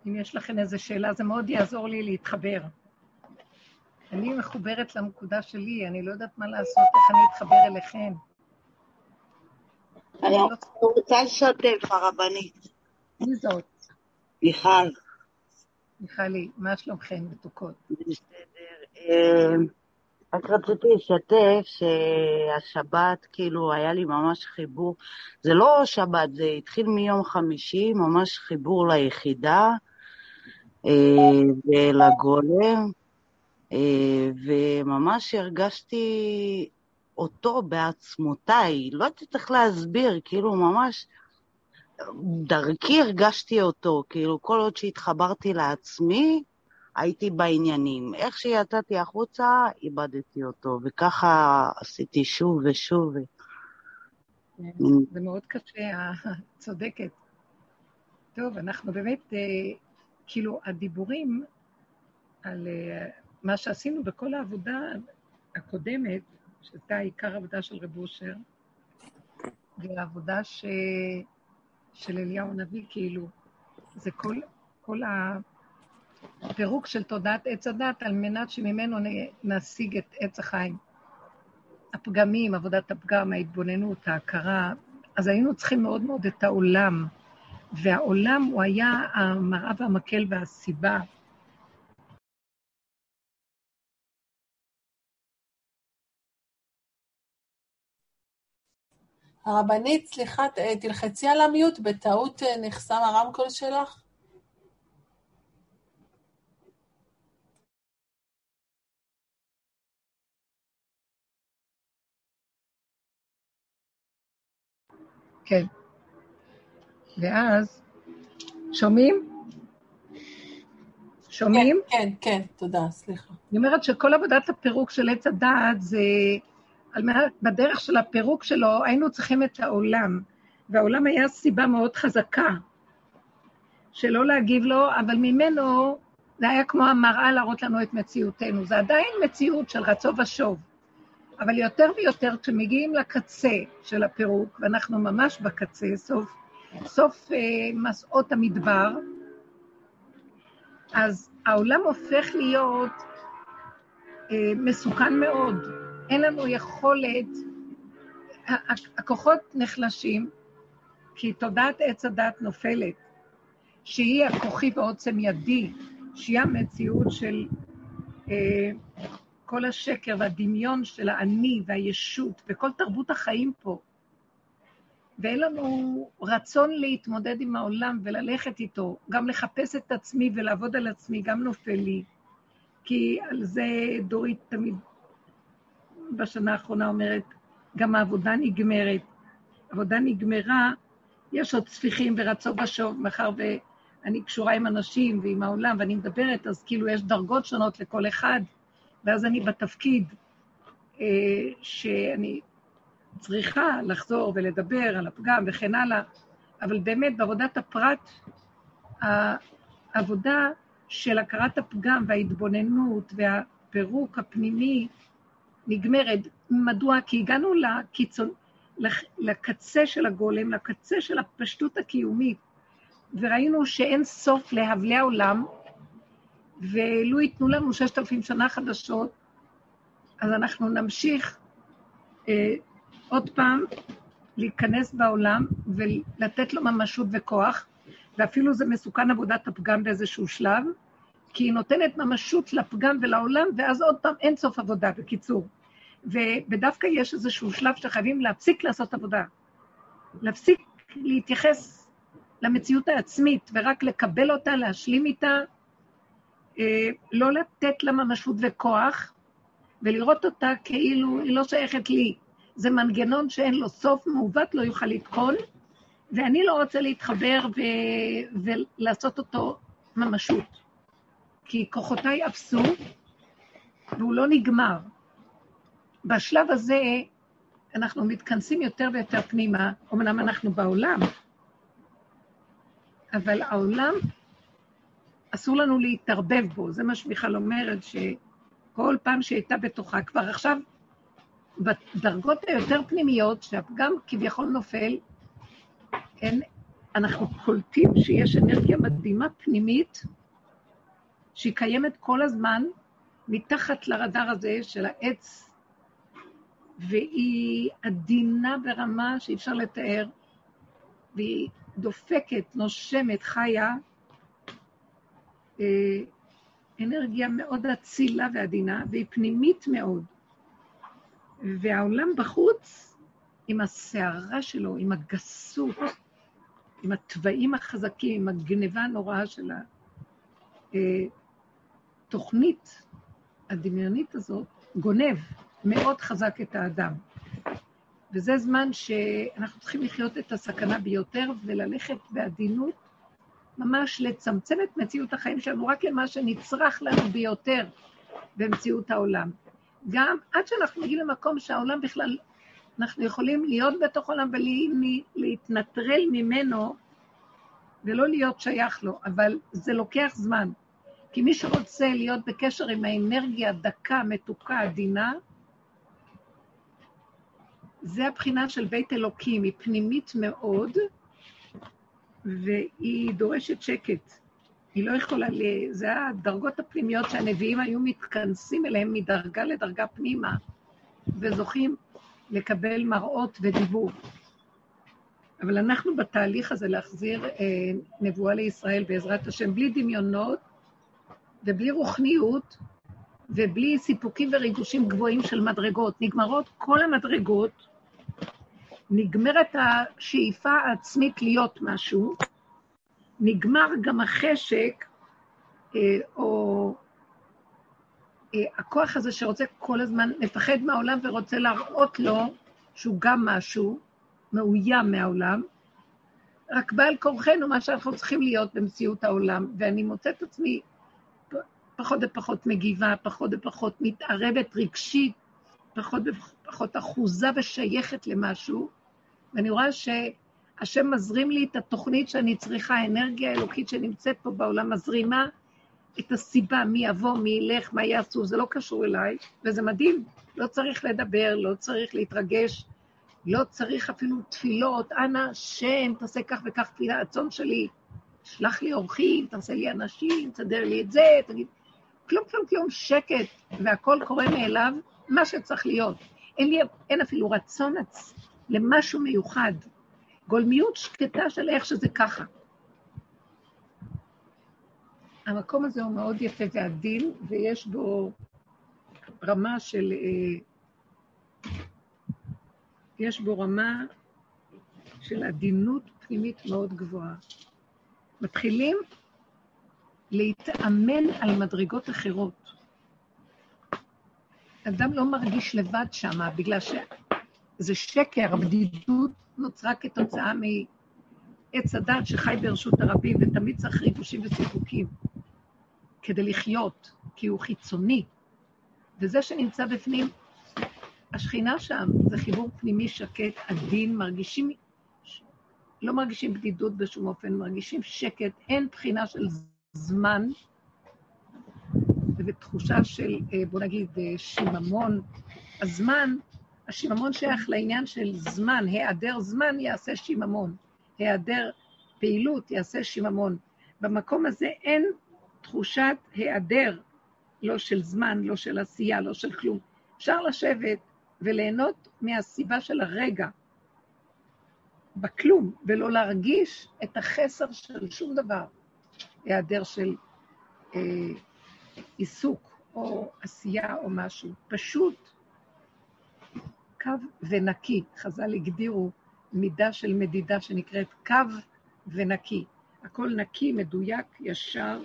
אם יש לכם איזו שאלה, זה מאוד יעזור לי להתחבר. אני מחוברת לנקודה שלי, אני לא יודעת מה לעשות, איך אני אתחבר אליכם. אני רוצה לשתף, הרבנית. מי זאת? מיכל. מיכלי, מה שלומכם מתוקות? בסדר. רק רציתי לשתף שהשבת, כאילו, היה לי ממש חיבור. זה לא שבת, זה התחיל מיום חמישי, ממש חיבור ליחידה ולגולם, וממש הרגשתי אותו בעצמותיי. לא יודעת איך להסביר, כאילו, ממש דרכי הרגשתי אותו, כאילו, כל עוד שהתחברתי לעצמי, הייתי בעניינים. איך שיצאתי החוצה, איבדתי אותו, וככה עשיתי שוב ושוב. זה מאוד קשה, צודקת. טוב, אנחנו באמת, כאילו, הדיבורים על מה שעשינו בכל העבודה הקודמת, שהייתה עיקר העבודה של רב אושר, והעבודה של אליהו הנביא, כאילו, זה כל הפירוק של תודעת עץ הדת, על מנת שממנו נשיג את עץ החיים. הפגמים, עבודת הפגם, ההתבוננות, ההכרה, אז היינו צריכים מאוד מאוד את העולם, והעולם הוא היה המראה והמקל והסיבה. הרבנית, סליחה, תלחצי על המיוט, בטעות נחסם הרמקול שלך. כן. ואז, שומעים? שומעים? כן, כן, תודה, סליחה. אני אומרת שכל עבודת הפירוק של עץ הדעת זה, בדרך של הפירוק שלו היינו צריכים את העולם, והעולם היה סיבה מאוד חזקה, שלא להגיב לו, אבל ממנו זה היה כמו המראה להראות לנו את מציאותנו, זה עדיין מציאות של רצו ושוב, אבל יותר ויותר כשמגיעים לקצה של הפירוק, ואנחנו ממש בקצה, סוף מסעות המדבר, אז העולם הופך להיות מסוכן מאוד. אין לנו יכולת, הכוחות נחלשים, כי תודעת עץ הדת נופלת, שהיא הכוחי ועוצם ידי, שהיא המציאות של כל השקר והדמיון של האני והישות, וכל תרבות החיים פה. ואין לנו רצון להתמודד עם העולם וללכת איתו, גם לחפש את עצמי ולעבוד על עצמי, גם נופל לי. כי על זה דורית תמיד בשנה האחרונה אומרת, גם העבודה נגמרת. עבודה נגמרה, יש עוד צפיחים ורצו ושוב, מאחר ואני קשורה עם אנשים ועם העולם, ואני מדברת, אז כאילו יש דרגות שונות לכל אחד, ואז אני בתפקיד שאני צריכה לחזור ולדבר על הפגם וכן הלאה, אבל באמת בעבודת הפרט, העבודה של הכרת הפגם וההתבוננות והפירוק הפנימי נגמרת. מדוע? כי הגענו לקצה של הגולם, לקצה של הפשטות הקיומית, וראינו שאין סוף להבלי העולם, ולו ייתנו לנו 6,000 שנה חדשות, אז אנחנו נמשיך עוד פעם להיכנס בעולם ולתת לו ממשות וכוח, ואפילו זה מסוכן עבודת הפגם באיזשהו שלב, כי היא נותנת ממשות לפגם ולעולם, ואז עוד פעם אין סוף עבודה, בקיצור. ודווקא יש איזשהו שלב שחייבים להפסיק לעשות עבודה, להפסיק להתייחס למציאות העצמית, ורק לקבל אותה, להשלים איתה, לא לתת לה ממשות וכוח, ולראות אותה כאילו היא לא שייכת לי. זה מנגנון שאין לו סוף, מעוות לא יוכל לתקון, ואני לא רוצה להתחבר ולעשות אותו ממשות. כי כוחותיי אפסו, והוא לא נגמר. בשלב הזה אנחנו מתכנסים יותר ויותר פנימה, אמנם אנחנו בעולם, אבל העולם אסור לנו להתערבב בו. זה מה שמיכל אומרת, שכל פעם שהייתה בתוכה, כבר עכשיו, בדרגות היותר פנימיות, שהפגם כביכול נופל, אנחנו קולטים שיש אנרגיה מדהימה פנימית, שהיא קיימת כל הזמן, מתחת לרדאר הזה של העץ, והיא עדינה ברמה שאי אפשר לתאר, והיא דופקת, נושמת, חיה, אנרגיה מאוד אצילה ועדינה, והיא פנימית מאוד. והעולם בחוץ, עם השערה שלו, עם הגסות, עם הטבעים החזקים, עם הגניבה הנוראה של התוכנית הדמיונית הזאת, גונב מאוד חזק את האדם. וזה זמן שאנחנו צריכים לחיות את הסכנה ביותר, וללכת בעדינות, ממש לצמצם את מציאות החיים שלנו, רק למה שנצרך לנו ביותר במציאות העולם. גם עד שאנחנו מגיעים למקום שהעולם בכלל, אנחנו יכולים להיות בתוך העולם ולהתנטרל ממנו, ולא להיות שייך לו, אבל זה לוקח זמן. כי מי שרוצה להיות בקשר עם האנרגיה דקה, מתוקה, עדינה, זה הבחינה של בית אלוקים, היא פנימית מאוד, והיא דורשת שקט. היא לא יכולה, זה הדרגות הפנימיות שהנביאים היו מתכנסים אליהם מדרגה לדרגה פנימה, וזוכים לקבל מראות ודיבור. אבל אנחנו בתהליך הזה להחזיר נבואה לישראל בעזרת השם, בלי דמיונות, ובלי רוחניות, ובלי סיפוקים וריגושים גבוהים של מדרגות. נגמרות כל המדרגות, נגמרת השאיפה העצמית להיות משהו, נגמר גם החשק, או הכוח הזה שרוצה כל הזמן לפחד מהעולם ורוצה להראות לו שהוא גם משהו, מאוים מהעולם, רק בעל כורחנו מה שאנחנו צריכים להיות במציאות העולם, ואני מוצאת עצמי פחות ופחות מגיבה, פחות ופחות מתערבת רגשית, פחות ופחות אחוזה ושייכת למשהו, ואני רואה שהשם מזרים לי את התוכנית שאני צריכה, האנרגיה האלוקית שנמצאת פה בעולם מזרימה את הסיבה, מי יבוא, מי ילך, מה יעשו, זה לא קשור אליי, וזה מדהים, לא צריך לדבר, לא צריך להתרגש, לא צריך אפילו תפילות, אנא שם, תעשה כך וכך תפילה, הצון שלי, שלח לי אורחים, תעשה לי אנשים, תסדר לי את זה, תגיד, כלום, שקט, והכל קורה מאליו, מה שצריך להיות. אין אפילו רצון למשהו מיוחד, גולמיות שקטה של איך שזה ככה. המקום הזה הוא מאוד יפה ועדין, ויש בו רמה של, יש בו רמה של עדינות פנימית מאוד גבוהה. מתחילים להתאמן על מדרגות אחרות. אדם לא מרגיש לבד שם, בגלל שזה שקר, הבדידות נוצרה כתוצאה מעץ הדת שחי ברשות הרבים, ותמיד צריך ריגושים וסיפוקים כדי לחיות, כי הוא חיצוני. וזה שנמצא בפנים, השכינה שם, זה חיבור פנימי שקט, עדין, לא מרגישים בדידות בשום אופן, מרגישים שקט, אין בחינה של זמן, ותחושה של, בוא נגיד, שיממון. השיממון שייך לעניין של זמן, היעדר זמן יעשה שיממון, היעדר פעילות יעשה שיממון. במקום הזה אין תחושת היעדר, לא של זמן, לא של עשייה, לא של כלום. אפשר לשבת וליהנות מהסיבה של הרגע, בכלום, ולא להרגיש את החסר של שום דבר, היעדר של עיסוק או עשייה או משהו. פשוט קו ונקי. חז"ל הגדירו מידה של מדידה שנקראת קו ונקי. הכל נקי, מדויק, ישר.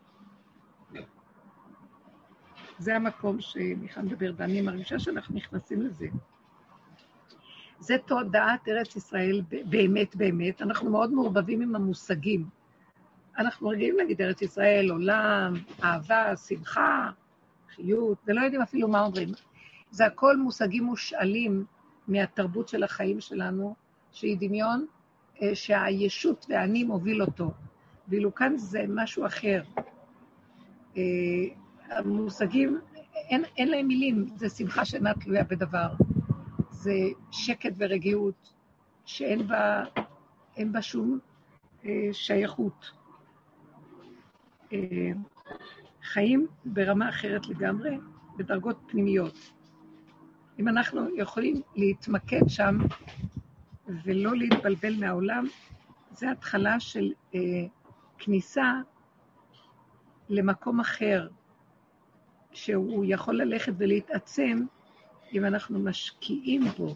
זה המקום שמיכל מדבר, ואני מרגישה שאנחנו נכנסים לזה. זה תודעת ארץ ישראל באמת. אנחנו מאוד מעורבבים עם המושגים. אנחנו רגילים להגיד ארץ ישראל, עולם, אהבה, שמחה, חיות, ולא יודעים אפילו מה אומרים. זה הכל מושגים מושאלים מהתרבות של החיים שלנו, שהיא דמיון שהישות והאני מוביל אותו. ואילו כאן זה משהו אחר. המושגים, אין להם מילים, זה שמחה שאינה תלויה בדבר. זה שקט ורגיעות שאין בה שום שייכות. חיים ברמה אחרת לגמרי, בדרגות פנימיות. אם אנחנו יכולים להתמקד שם ולא להתבלבל מהעולם, זה התחלה של כניסה למקום אחר, שהוא יכול ללכת ולהתעצם אם אנחנו משקיעים בו.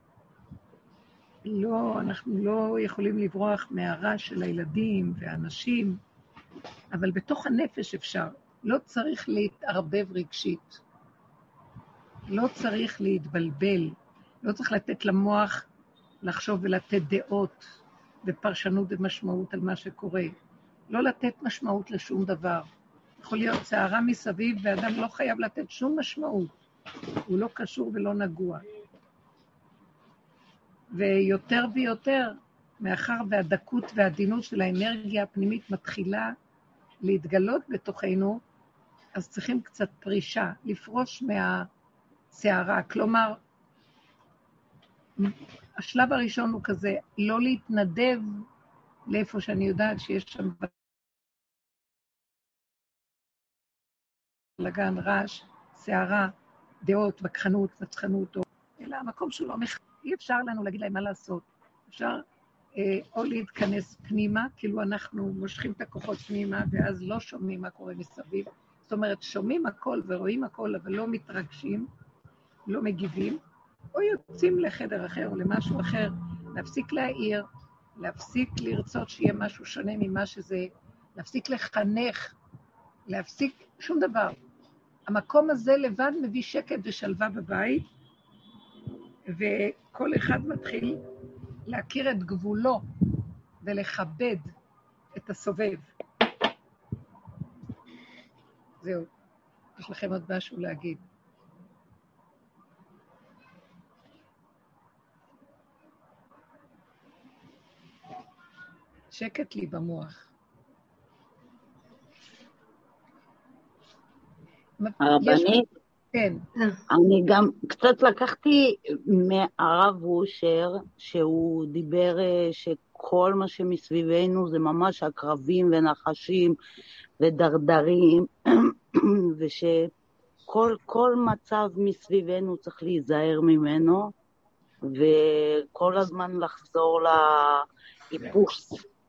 לא, אנחנו לא יכולים לברוח מהרע של הילדים והאנשים, אבל בתוך הנפש אפשר. לא צריך להתערבב רגשית. לא צריך להתבלבל. לא צריך לתת למוח לחשוב ולתת דעות ופרשנות ומשמעות על מה שקורה. לא לתת משמעות לשום דבר. יכול להיות צערה מסביב ואדם לא חייב לתת שום משמעות. הוא לא קשור ולא נגוע. ויותר ויותר, מאחר והדקות והעדינות של האנרגיה הפנימית מתחילה להתגלות בתוכנו, אז צריכים קצת פרישה, לפרוש מהשערה. כלומר, השלב הראשון הוא כזה, לא להתנדב לאיפה שאני יודעת שיש שם בלגן, רעש, שערה, דעות, וכחנות, נצחנות, אלא המקום שלו, אי אפשר לנו להגיד להם מה לעשות. אפשר או להתכנס פנימה, כאילו אנחנו מושכים את הכוחות פנימה, ואז לא שומעים מה קורה מסביב. זאת אומרת, שומעים הכל ורואים הכל, אבל לא מתרגשים, לא מגיבים, או יוצאים לחדר אחר או למשהו אחר, להפסיק להעיר, להפסיק לרצות שיהיה משהו שונה ממה שזה, להפסיק לחנך, להפסיק שום דבר. המקום הזה לבד מביא שקט ושלווה בבית, וכל אחד מתחיל להכיר את גבולו ולכבד את הסובב. זהו, יש לכם עוד משהו להגיד. שקט לי במוח. הרבנית, כן. אני גם קצת לקחתי מהרב אושר, שהוא דיבר שכל מה שמסביבנו זה ממש עקרבים ונחשים ודרדרים, ושכל מצב מסביבנו צריך להיזהר ממנו, וכל הזמן לחזור לאיפוס,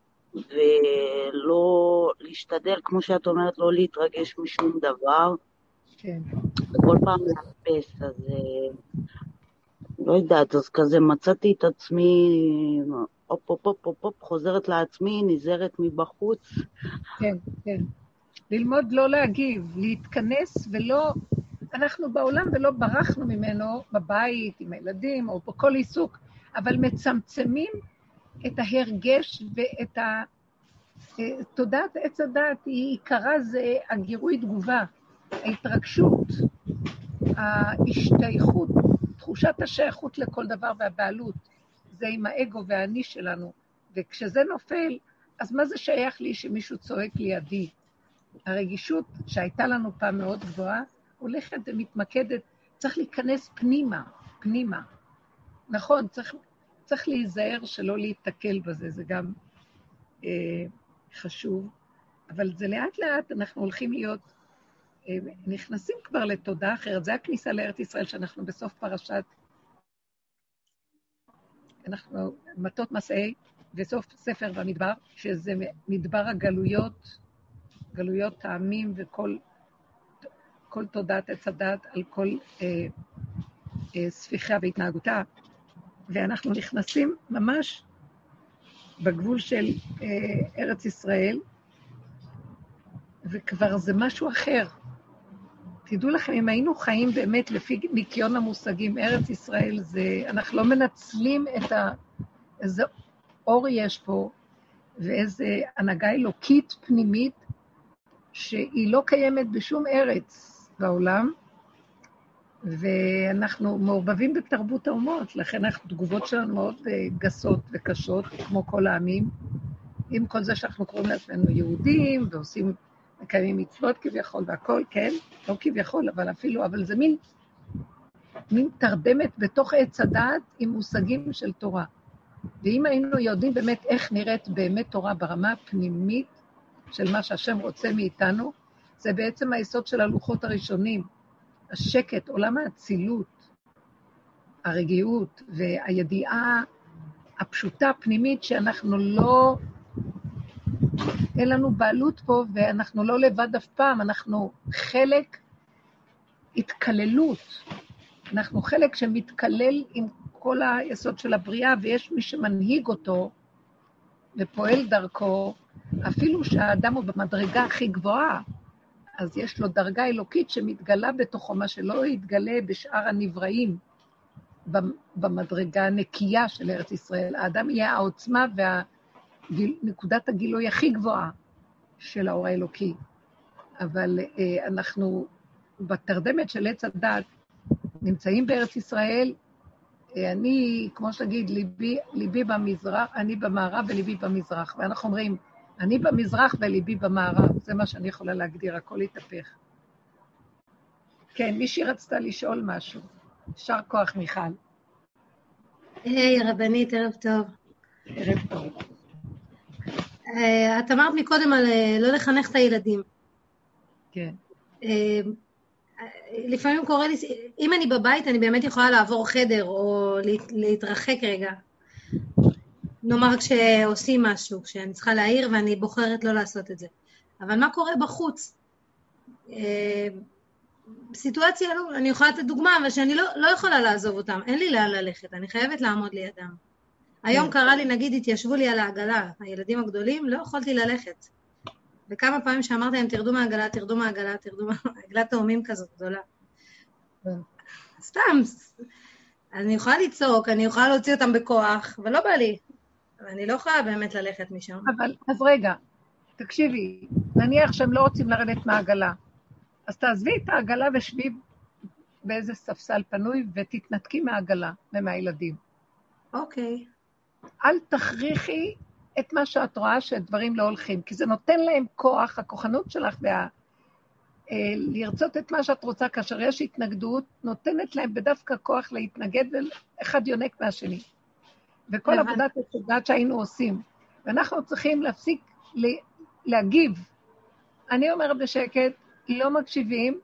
ולא להשתדל, כמו שאת אומרת, לא להתרגש משום דבר, כן. וכל פעם להפס, אז לא יודעת, אז כזה מצאתי את עצמי, אופ, חוזרת לעצמי, נזהרת מבחוץ. כן, כן. ללמוד לא להגיב, להתכנס ולא, אנחנו בעולם ולא ברחנו ממנו בבית, עם הילדים או בכל עיסוק, אבל מצמצמים את ההרגש ואת תודעת עץ הדעת, היא עיקרה זה הגירוי תגובה, ההתרגשות, ההשתייכות, תחושת השייכות לכל דבר והבעלות, זה עם האגו והאני שלנו, וכשזה נופל, אז מה זה שייך לי שמישהו צועק לידי? הרגישות שהייתה לנו פעם מאוד גבוהה, הולכת ומתמקדת, צריך להיכנס פנימה. נכון, צריך להיזהר שלא להתקל בזה, זה גם חשוב, אבל זה לאט לאט אנחנו הולכים להיות, נכנסים כבר לתודעה אחרת, זה הכניסה לארץ ישראל שאנחנו בסוף פרשת, אנחנו מטות מסעי, וסוף ספר במדבר, שזה מדבר הגלויות, גלויות טעמים וכל תודעת עץ הדת על כל ספיחה והתנהגותה, ואנחנו נכנסים ממש בגבול של ארץ ישראל, וכבר זה משהו אחר. תדעו לכם, אם היינו חיים באמת לפי ניקיון המושגים, ארץ ישראל זה, אנחנו לא מנצלים איזה אור יש פה, ואיזה הנהגה אלוקית פנימית, שהיא לא קיימת בשום ארץ בעולם, ואנחנו מעורבבים בתרבות האומות, לכן התגובות שלנו מאוד גסות וקשות, כמו כל העמים, עם כל זה שאנחנו קוראים לעצמנו יהודים, ועושים, מקיימים מצוות כביכול והכל, כן? לא כביכול, אבל אפילו, אבל זה מין תרדמת בתוך עץ הדעת עם מושגים של תורה. ואם היינו יודעים באמת איך נראית באמת תורה ברמה הפנימית של מה שהשם רוצה מאיתנו, זה בעצם היסוד של הלוחות הראשונים, השקט, עולם האצילות, הרגיעות והידיעה הפשוטה הפנימית שאנחנו לא, אין לנו בעלות פה ואנחנו לא לבד אף פעם, אנחנו חלק התקללות, אנחנו חלק שמתקלל עם כל היסוד של הבריאה, ויש מי שמנהיג אותו ופועל דרכו, אפילו שהאדם הוא במדרגה הכי גבוהה, אז יש לו דרגה אלוקית שמתגלה בתוכו, מה שלא יתגלה בשאר הנבראים, במדרגה הנקייה של ארץ ישראל. האדם יהיה העוצמה ונקודת הגילוי הכי גבוהה של האור האלוקי. אבל אנחנו בתרדמת של עץ הדת, נמצאים בארץ ישראל, אני, כמו שתגיד, ליבי במזרח, אני במערב וליבי במזרח. ואנחנו אומרים, אני במזרח וליבי במערב. זה מה שאני יכולה להגדיר, הכל יתהפך. כן, מישהי רצתה לשאול משהו. שר כוח, מיכל. היי, רבנית, ערב טוב. ערב טוב. את אמרת מקודם על לא לחנך את הילדים. כן. לפעמים קורה לי, אם אני בבית, אני באמת יכולה לעבור חדר או להתרחק רגע. נאמר כשעושים משהו, כשאני צריכה להעיר ואני בוחרת לא לעשות את זה. אבל מה קורה בחוץ? בסיטואציה, אני יכולה לתת דוגמה, אבל שאני לא יכולה לעזוב אותם. אין לי לאן ללכת, אני חייבת לעמוד לידם. היום קרה לי, נגיד, התיישבו לי על העגלה, הילדים הגדולים, לא יכולתי ללכת. וכמה פעמים שאמרתי להם, תרדו מהעגלה, תרדו מהעגלה, תרדו מהעגלת תאומים כזאת גדולה. סתם, אני יכולה לצעוק, אני יכולה להוציא אותם בכוח, ולא בא לי. אבל אני לא יכולה באמת ללכת משם. אבל, אז רגע, תקשיבי, נניח שהם לא רוצים לרדת מהעגלה, אז תעזבי את העגלה ושבי באיזה ספסל פנוי, ותתנתקי מהעגלה ומהילדים. אוקיי. אל תכריחי את מה שאת רואה שדברים לא הולכים, כי זה נותן להם כוח, הכוחנות שלך לרצות את מה שאת רוצה, כאשר יש התנגדות, נותנת להם בדווקא כוח להתנגד, ואחד יונק מהשני. וכל עבודת התודעת שהיינו עושים. ואנחנו צריכים להפסיק להגיב. אני אומרת בשקט, לא מקשיבים,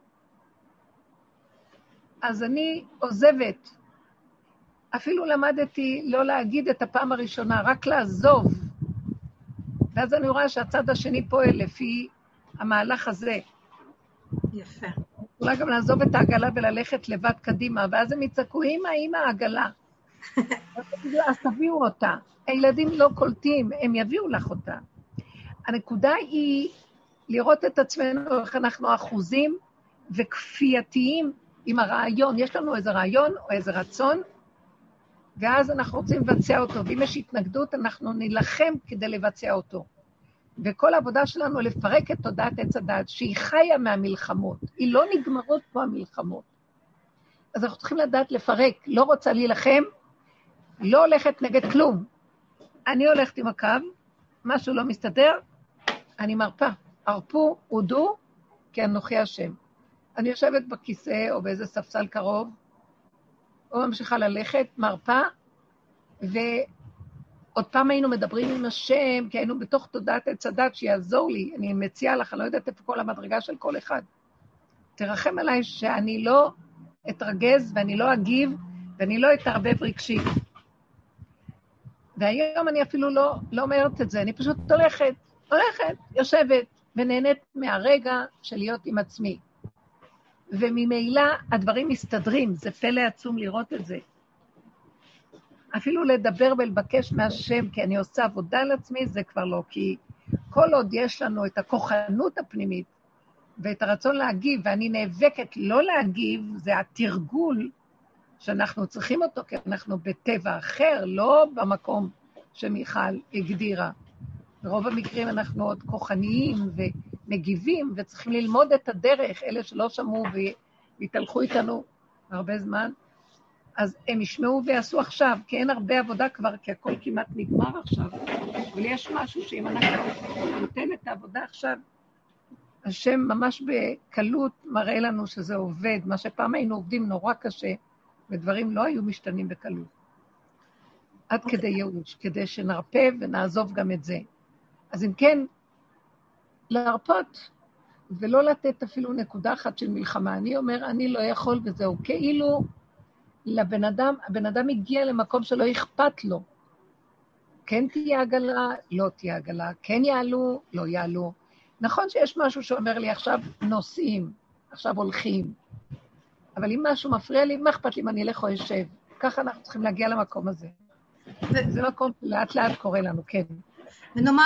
אז אני עוזבת. אפילו למדתי לא להגיד את הפעם הראשונה, רק לעזוב. ואז אני רואה שהצד השני פועל לפי המהלך הזה. יפה. אולי גם לעזוב את העגלה וללכת לבד קדימה, ואז הם יצעקו, אמא, העגלה. אז תביאו אותה. הילדים לא קולטים, הם יביאו לך אותה. הנקודה היא לראות את עצמנו, איך אנחנו אחוזים וכפייתיים עם הרעיון. יש לנו איזה רעיון או איזה רצון, ואז אנחנו רוצים לבצע אותו, ואם יש התנגדות, אנחנו נלחם כדי לבצע אותו. וכל העבודה שלנו לפרק את תודעת עץ הדת, שהיא חיה מהמלחמות, היא לא נגמרות פה המלחמות. אז אנחנו צריכים לדעת לפרק, לא רוצה להילחם, לא הולכת נגד כלום. אני הולכת עם הקו, משהו לא מסתדר, אני מרפה. הרפו, הודו, כי אנוכי השם. אני יושבת בכיסא או באיזה ספסל קרוב, או ממשיכה ללכת, מרפה, ועוד פעם היינו מדברים עם השם, כי היינו בתוך תודעת עץ הדת שיעזור לי, אני מציעה לך, לא יודעת איפה כל המדרגה של כל אחד. תרחם עליי שאני לא אתרגז ואני לא אגיב, ואני לא אתערבב רגשית. והיום אני אפילו לא אומרת את זה, אני פשוט הולכת, יושבת, ונהנית מהרגע של להיות עם עצמי. וממילא הדברים מסתדרים, זה פלא עצום לראות את זה. אפילו לדבר ולבקש מהשם, כי אני עושה עבודה על עצמי, זה כבר לא, כי כל עוד יש לנו את הכוחנות הפנימית, ואת הרצון להגיב, ואני נאבקת לא להגיב, זה התרגול שאנחנו צריכים אותו, כי אנחנו בטבע אחר, לא במקום שמיכל הגדירה. ברוב המקרים אנחנו עוד כוחניים ומגיבים, וצריכים ללמוד את הדרך, אלה שלא שמעו והתהלכו איתנו הרבה זמן, אז הם ישמעו ויעשו עכשיו, כי אין הרבה עבודה כבר, כי הכל כמעט נגמר עכשיו, אבל יש משהו שאם אנחנו נותן את העבודה עכשיו, השם ממש בקלות מראה לנו שזה עובד, מה שפעם היינו עובדים נורא קשה, ודברים לא היו משתנים בקלות. עד כדי ייאוש, כדי שנרפא ונעזוב גם את זה. אז אם כן, להרפות, ולא לתת אפילו נקודה אחת של מלחמה. אני אומר, אני לא יכול וזהו. כאילו הבן אדם הגיע למקום שלא אכפת לו. כן תהיה עגלה, לא תהיה עגלה. כן יעלו, לא יעלו. נכון שיש משהו שאומר לי, עכשיו נוסעים, עכשיו הולכים. אבל אם משהו מפריע לי, מה אכפת לי אם אני אלך או אשב? ככה אנחנו צריכים להגיע למקום הזה. זה מקום לאט לאט קורה לנו, כן. ונאמר,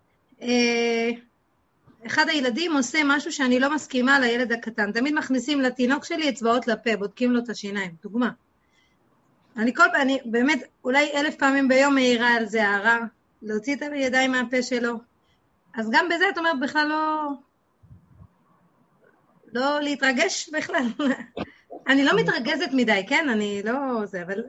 אחד הילדים עושה משהו שאני לא מסכימה לילד הקטן. תמיד מכניסים לתינוק שלי אצבעות לפה, בודקים לו את השיניים. דוגמה. אני באמת, אולי 1000 פעמים ביום מעירה על זה הערה, להוציא את הידיים מהפה שלו. אז גם בזה את אומרת בכלל לא להתרגש בכלל. אני לא מתרגזת מדי, כן? אני לא זה, אבל...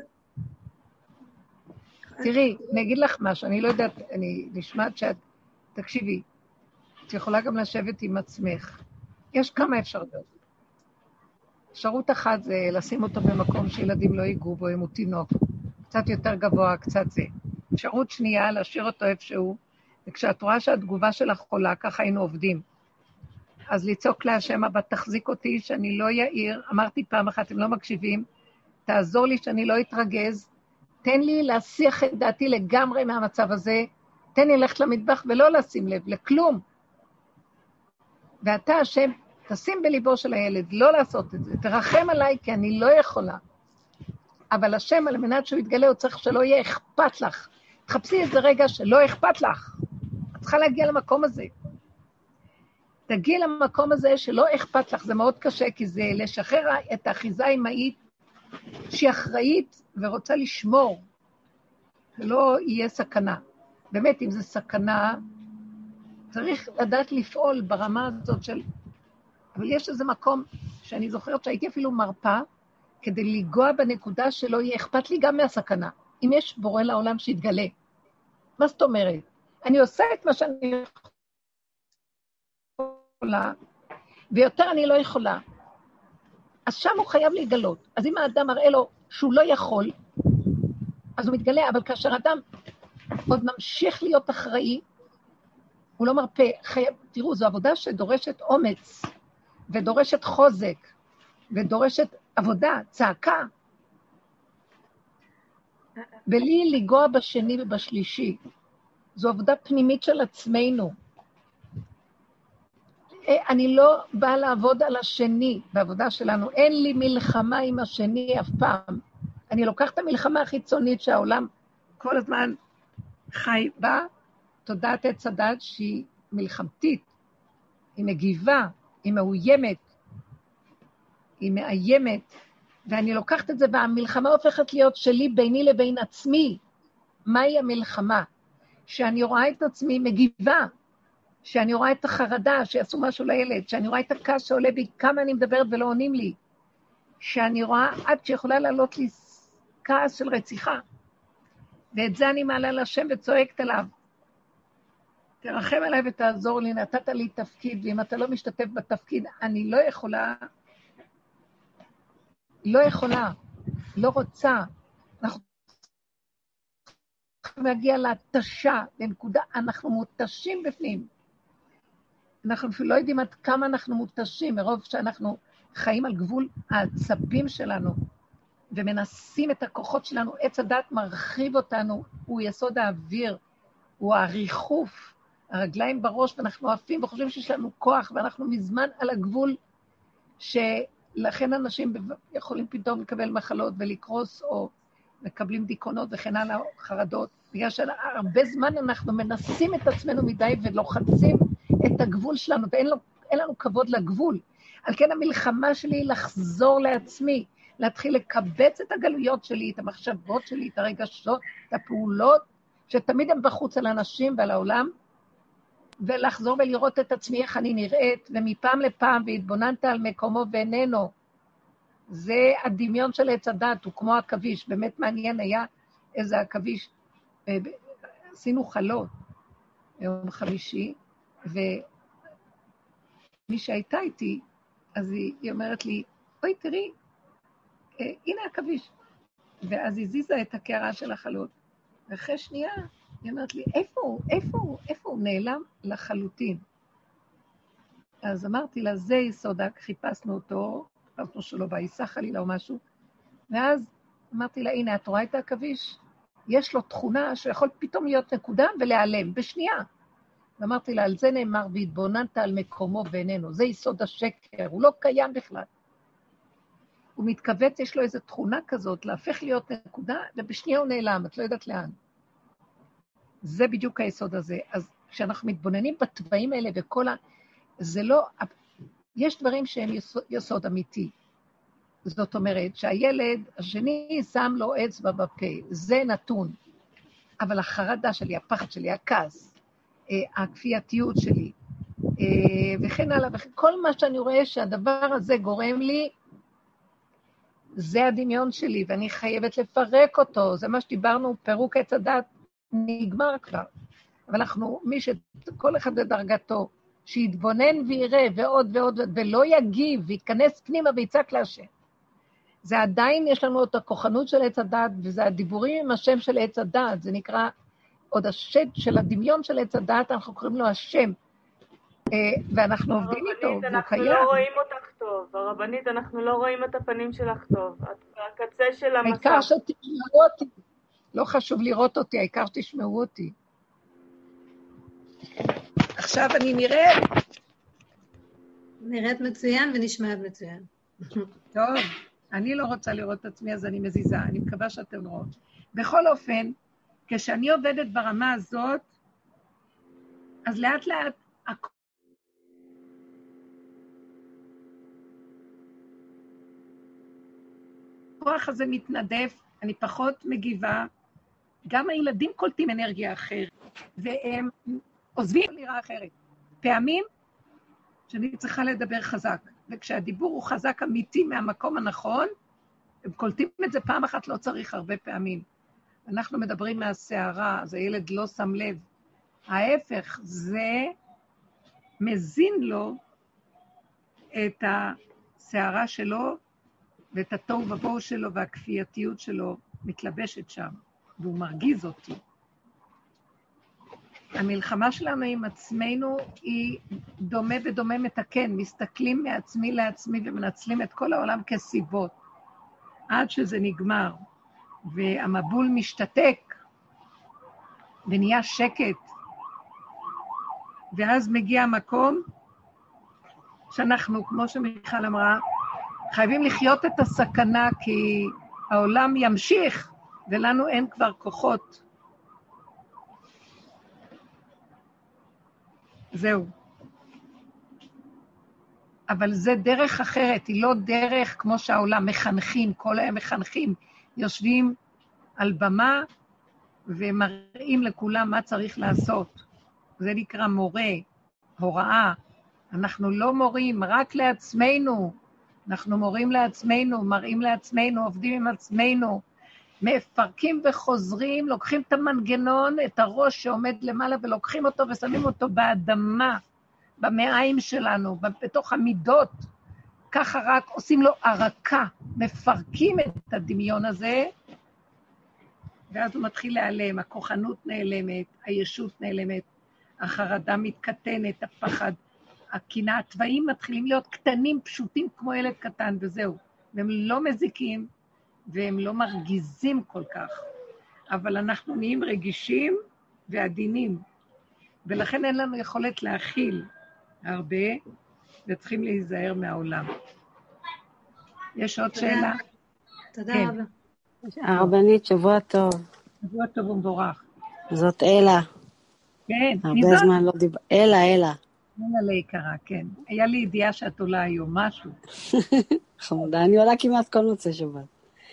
תראי, אני אגיד לך משהו, אני לא יודעת, אני נשמעת שאת... תקשיבי, את יכולה גם לשבת עם עצמך. יש כמה אפשרויות. אפשרות אחת זה לשים אותו במקום שילדים לא ייגעו בו, אם הוא תינוק. קצת יותר גבוה, קצת זה. אפשרות שנייה, להשאיר אותו איפשהו, וכשאת רואה שהתגובה שלך חולה, ככה היינו עובדים. אז לצעוק להשם, אבל תחזיק אותי שאני לא יאיר. אמרתי פעם אחת, אם לא מקשיבים, תעזור לי שאני לא אתרגז, תן לי להסיח את דעתי לגמרי מהמצב הזה, תן לי ללכת למטבח ולא לשים לב, לכלום. ואתה השם, תשים בליבו של הילד, לא לעשות את זה, תרחם עליי כי אני לא יכולה. אבל השם, על מנת שהוא יתגלה, הוא צריך שלא יהיה אכפת לך. תחפשי איזה רגע שלא אכפת לך. את צריכה להגיע למקום הזה. תגיע למקום הזה שלא אכפת לך, זה מאוד קשה, כי זה לשחרר את האחיזה האמהית, שהיא אחראית ורוצה לשמור, ולא יהיה סכנה. באמת, אם זה סכנה, צריך לדעת לפעול ברמה הזאת של... אבל יש איזה מקום שאני זוכרת שהייתי אפילו מרפא, כדי לגוע בנקודה שלא יהיה אכפת לי גם מהסכנה. אם יש בורא לעולם שיתגלה. מה זאת אומרת? אני עושה את מה שאני יכולה, ויותר אני לא יכולה. אז שם הוא חייב להתגלות. אז אם האדם מראה לו שהוא לא יכול, אז הוא מתגלה, אבל כאשר אדם עוד ממשיך להיות אחראי, הוא לא מרפא. תראו, זו עבודה שדורשת אומץ, ודורשת חוזק, ודורשת עבודה, צעקה. בלי לגוע בשני ובשלישי. זו עבודה פנימית של עצמנו. אני לא באה לעבוד על השני בעבודה שלנו. אין לי מלחמה עם השני אף פעם. אני לוקח את המלחמה החיצונית שהעולם כל הזמן חי בה, תודעת עץ הדת שהיא מלחמתית, היא מגיבה, היא מאוימת, היא מאיימת, ואני לוקחת את זה, והמלחמה הופכת להיות שלי ביני לבין עצמי. מהי המלחמה? שאני רואה את עצמי מגיבה, שאני רואה את החרדה שיעשו משהו לילד, שאני רואה את הכעס שעולה בי, כמה אני מדברת ולא עונים לי, שאני רואה עד שיכולה לעלות לי כעס של רציחה, ואת זה אני מעלה לשם וצועקת עליו. תרחם עליי ותעזור לי, נתת לי תפקיד, ואם אתה לא משתתף בתפקיד, אני לא יכולה, לא רוצה. אנחנו צריכים להגיע להתשה, לנקודה, אנחנו מותשים בפנים. אנחנו אפילו לא יודעים עד כמה אנחנו מותשים, מרוב שאנחנו חיים על גבול העצבים שלנו, ומנסים את הכוחות שלנו, עץ הדת מרחיב אותנו, הוא יסוד האוויר, הוא הריחוף, הרגליים בראש, ואנחנו עפים וחושבים שיש לנו כוח, ואנחנו מזמן על הגבול, שלכן אנשים יכולים פתאום לקבל מחלות ולקרוס, או מקבלים דיכאונות וכן הלאה, חרדות, בגלל שהרבה זמן אנחנו מנסים את עצמנו מדי, ולוחצים את הגבול שלנו, ואין לנו כבוד לגבול. על כן המלחמה שלי היא לחזור לעצמי, להתחיל לקבץ את הגלויות שלי, את המחשבות שלי, את הרגשות, את הפעולות, שתמיד הם בחוץ על אנשים ועל העולם, ולחזור ולראות את עצמי איך אני נראית, ומפעם לפעם, והתבוננת על מקומו ואיננו. זה הדמיון של עץ הדת, הוא כמו הכביש, באמת מעניין היה איזה הכביש, עשינו חלות יום חמישי, ומי שהייתה איתי, אז היא אומרת לי, אוי תראי, הנה הכביש. ואז היא זיזה את הקערה של החלות. ואחרי שנייה, היא אומרת לי, איפה הוא נעלם לחלוטין? אז אמרתי לה, זה יסודק, חיפשנו אותו, חיפשנו שלא בעיסה חלילה או משהו, ואז אמרתי לה, הנה, את רואה את העכביש? יש לו תכונה שיכול פתאום להיות נקודה ולהיעלם, בשנייה. ואמרתי לה, על זה נאמר, והתבוננת על מקומו ואיננו, זה יסוד השקר, הוא לא קיים בכלל. הוא מתכווץ, יש לו איזו תכונה כזאת, להפך להיות נקודה, ובשנייה הוא נעלם, את לא יודעת לאן. זה בדיוק היסוד הזה. אז כשאנחנו מתבוננים בטבעים האלה וכל זה לא, יש דברים שהם יסוד אמיתי. זאת אומרת שהילד השני שם לו אצבע בפה, זה נתון. אבל החרדה שלי, הפחד שלי, הכעס, הכפייתיות שלי, וכן הלאה, כל מה שאני רואה שהדבר הזה גורם לי, זה הדמיון שלי, ואני חייבת לפרק אותו, זה מה שדיברנו, פירוק עץ הדת נגמר כבר. אבל אנחנו, כל אחד בדרגתו, שיתבונן ויראה ועוד ועוד, ולא יגיב, ויתכנס פנימה ויצעק להשם. זה עדיין יש לנו את הכוחנות של עץ הדת, וזה הדיבורים עם השם של עץ הדת, זה נקרא עוד השד של הדמיון של עץ הדת, אנחנו קוראים לו השם, ואנחנו עובדים איתו, והוא קיים. אנחנו לא רואים אותך טוב, הרבנית, אנחנו לא רואים את הפנים שלך טוב, את בקצה של המסך. העיקר שתשמעו אותי, לא חשוב לראות אותי, העיקר שתשמעו אותי. עכשיו אני נראית מצוין ונשמעת מצוין. טוב, אני לא רוצה לראות את עצמי, אז אני מזיזה, אני מקווה שאתם רואות. בכל אופן, כשאני עובדת ברמה הזאת, אז לאט לאט, הכוח הזה מתנדף, אני פחות מגיבה, גם הילדים קולטים אנרגיה אחרת, והם עוזבים לירה אחרת. פעמים שאני צריכה לדבר חזק, וכשהדיבור הוא חזק אמיתי מהמקום הנכון, הם קולטים את זה פעם אחת, לא צריך הרבה פעמים. אנחנו מדברים מהשערה, אז הילד לא שם לב. ההפך, זה מזין לו את השערה שלו, ואת התוהו ובוהו שלו והכפייתיות שלו מתלבשת שם, והוא מרגיז אותי. המלחמה שלנו עם עצמנו היא דומה ודומה מתקן, מסתכלים מעצמי לעצמי ומנצלים את כל העולם כסיבות, עד שזה נגמר, והמבול משתתק, ונהיה שקט, ואז מגיע המקום שאנחנו, כמו שמיכל אמרה, חייבים לחיות את הסכנה, כי העולם ימשיך, ולנו אין כבר כוחות. זהו. אבל זה דרך אחרת, היא לא דרך כמו שהעולם מחנכים, כל היום מחנכים, יושבים על במה ומראים לכולם מה צריך לעשות. זה נקרא מורה, הוראה. אנחנו לא מורים, רק לעצמנו. אנחנו מורים לעצמנו, מראים לעצמנו, עובדים עם עצמנו, מפרקים וחוזרים, לוקחים את המנגנון, את הראש שעומד למעלה, ולוקחים אותו ושמים אותו באדמה, במעיים שלנו, בתוך המידות, ככה רק עושים לו ערקה, מפרקים את הדמיון הזה, ואז הוא מתחיל להיעלם, הכוחנות נעלמת, הישות נעלמת, החרדה מתקטנת, הפחד, הקנאה, הטבעים מתחילים להיות קטנים, פשוטים כמו ילד קטן, וזהו. והם לא מזיקים, והם לא מרגיזים כל כך. אבל אנחנו נהיים רגישים ועדינים, ולכן אין לנו יכולת להכיל הרבה, וצריכים להיזהר מהעולם. יש עוד שאלה? תודה כן. רבה. הרבנית, שבוע טוב. שבוע טוב ומבורך. זאת אלה. כן, הרבה זמן לא דיבר. אלה. אלה להיקרה, כן. היה לי ידיעה שאת עולה היום משהו. חמודה, אני עולה כמעט כל מוצא שבת.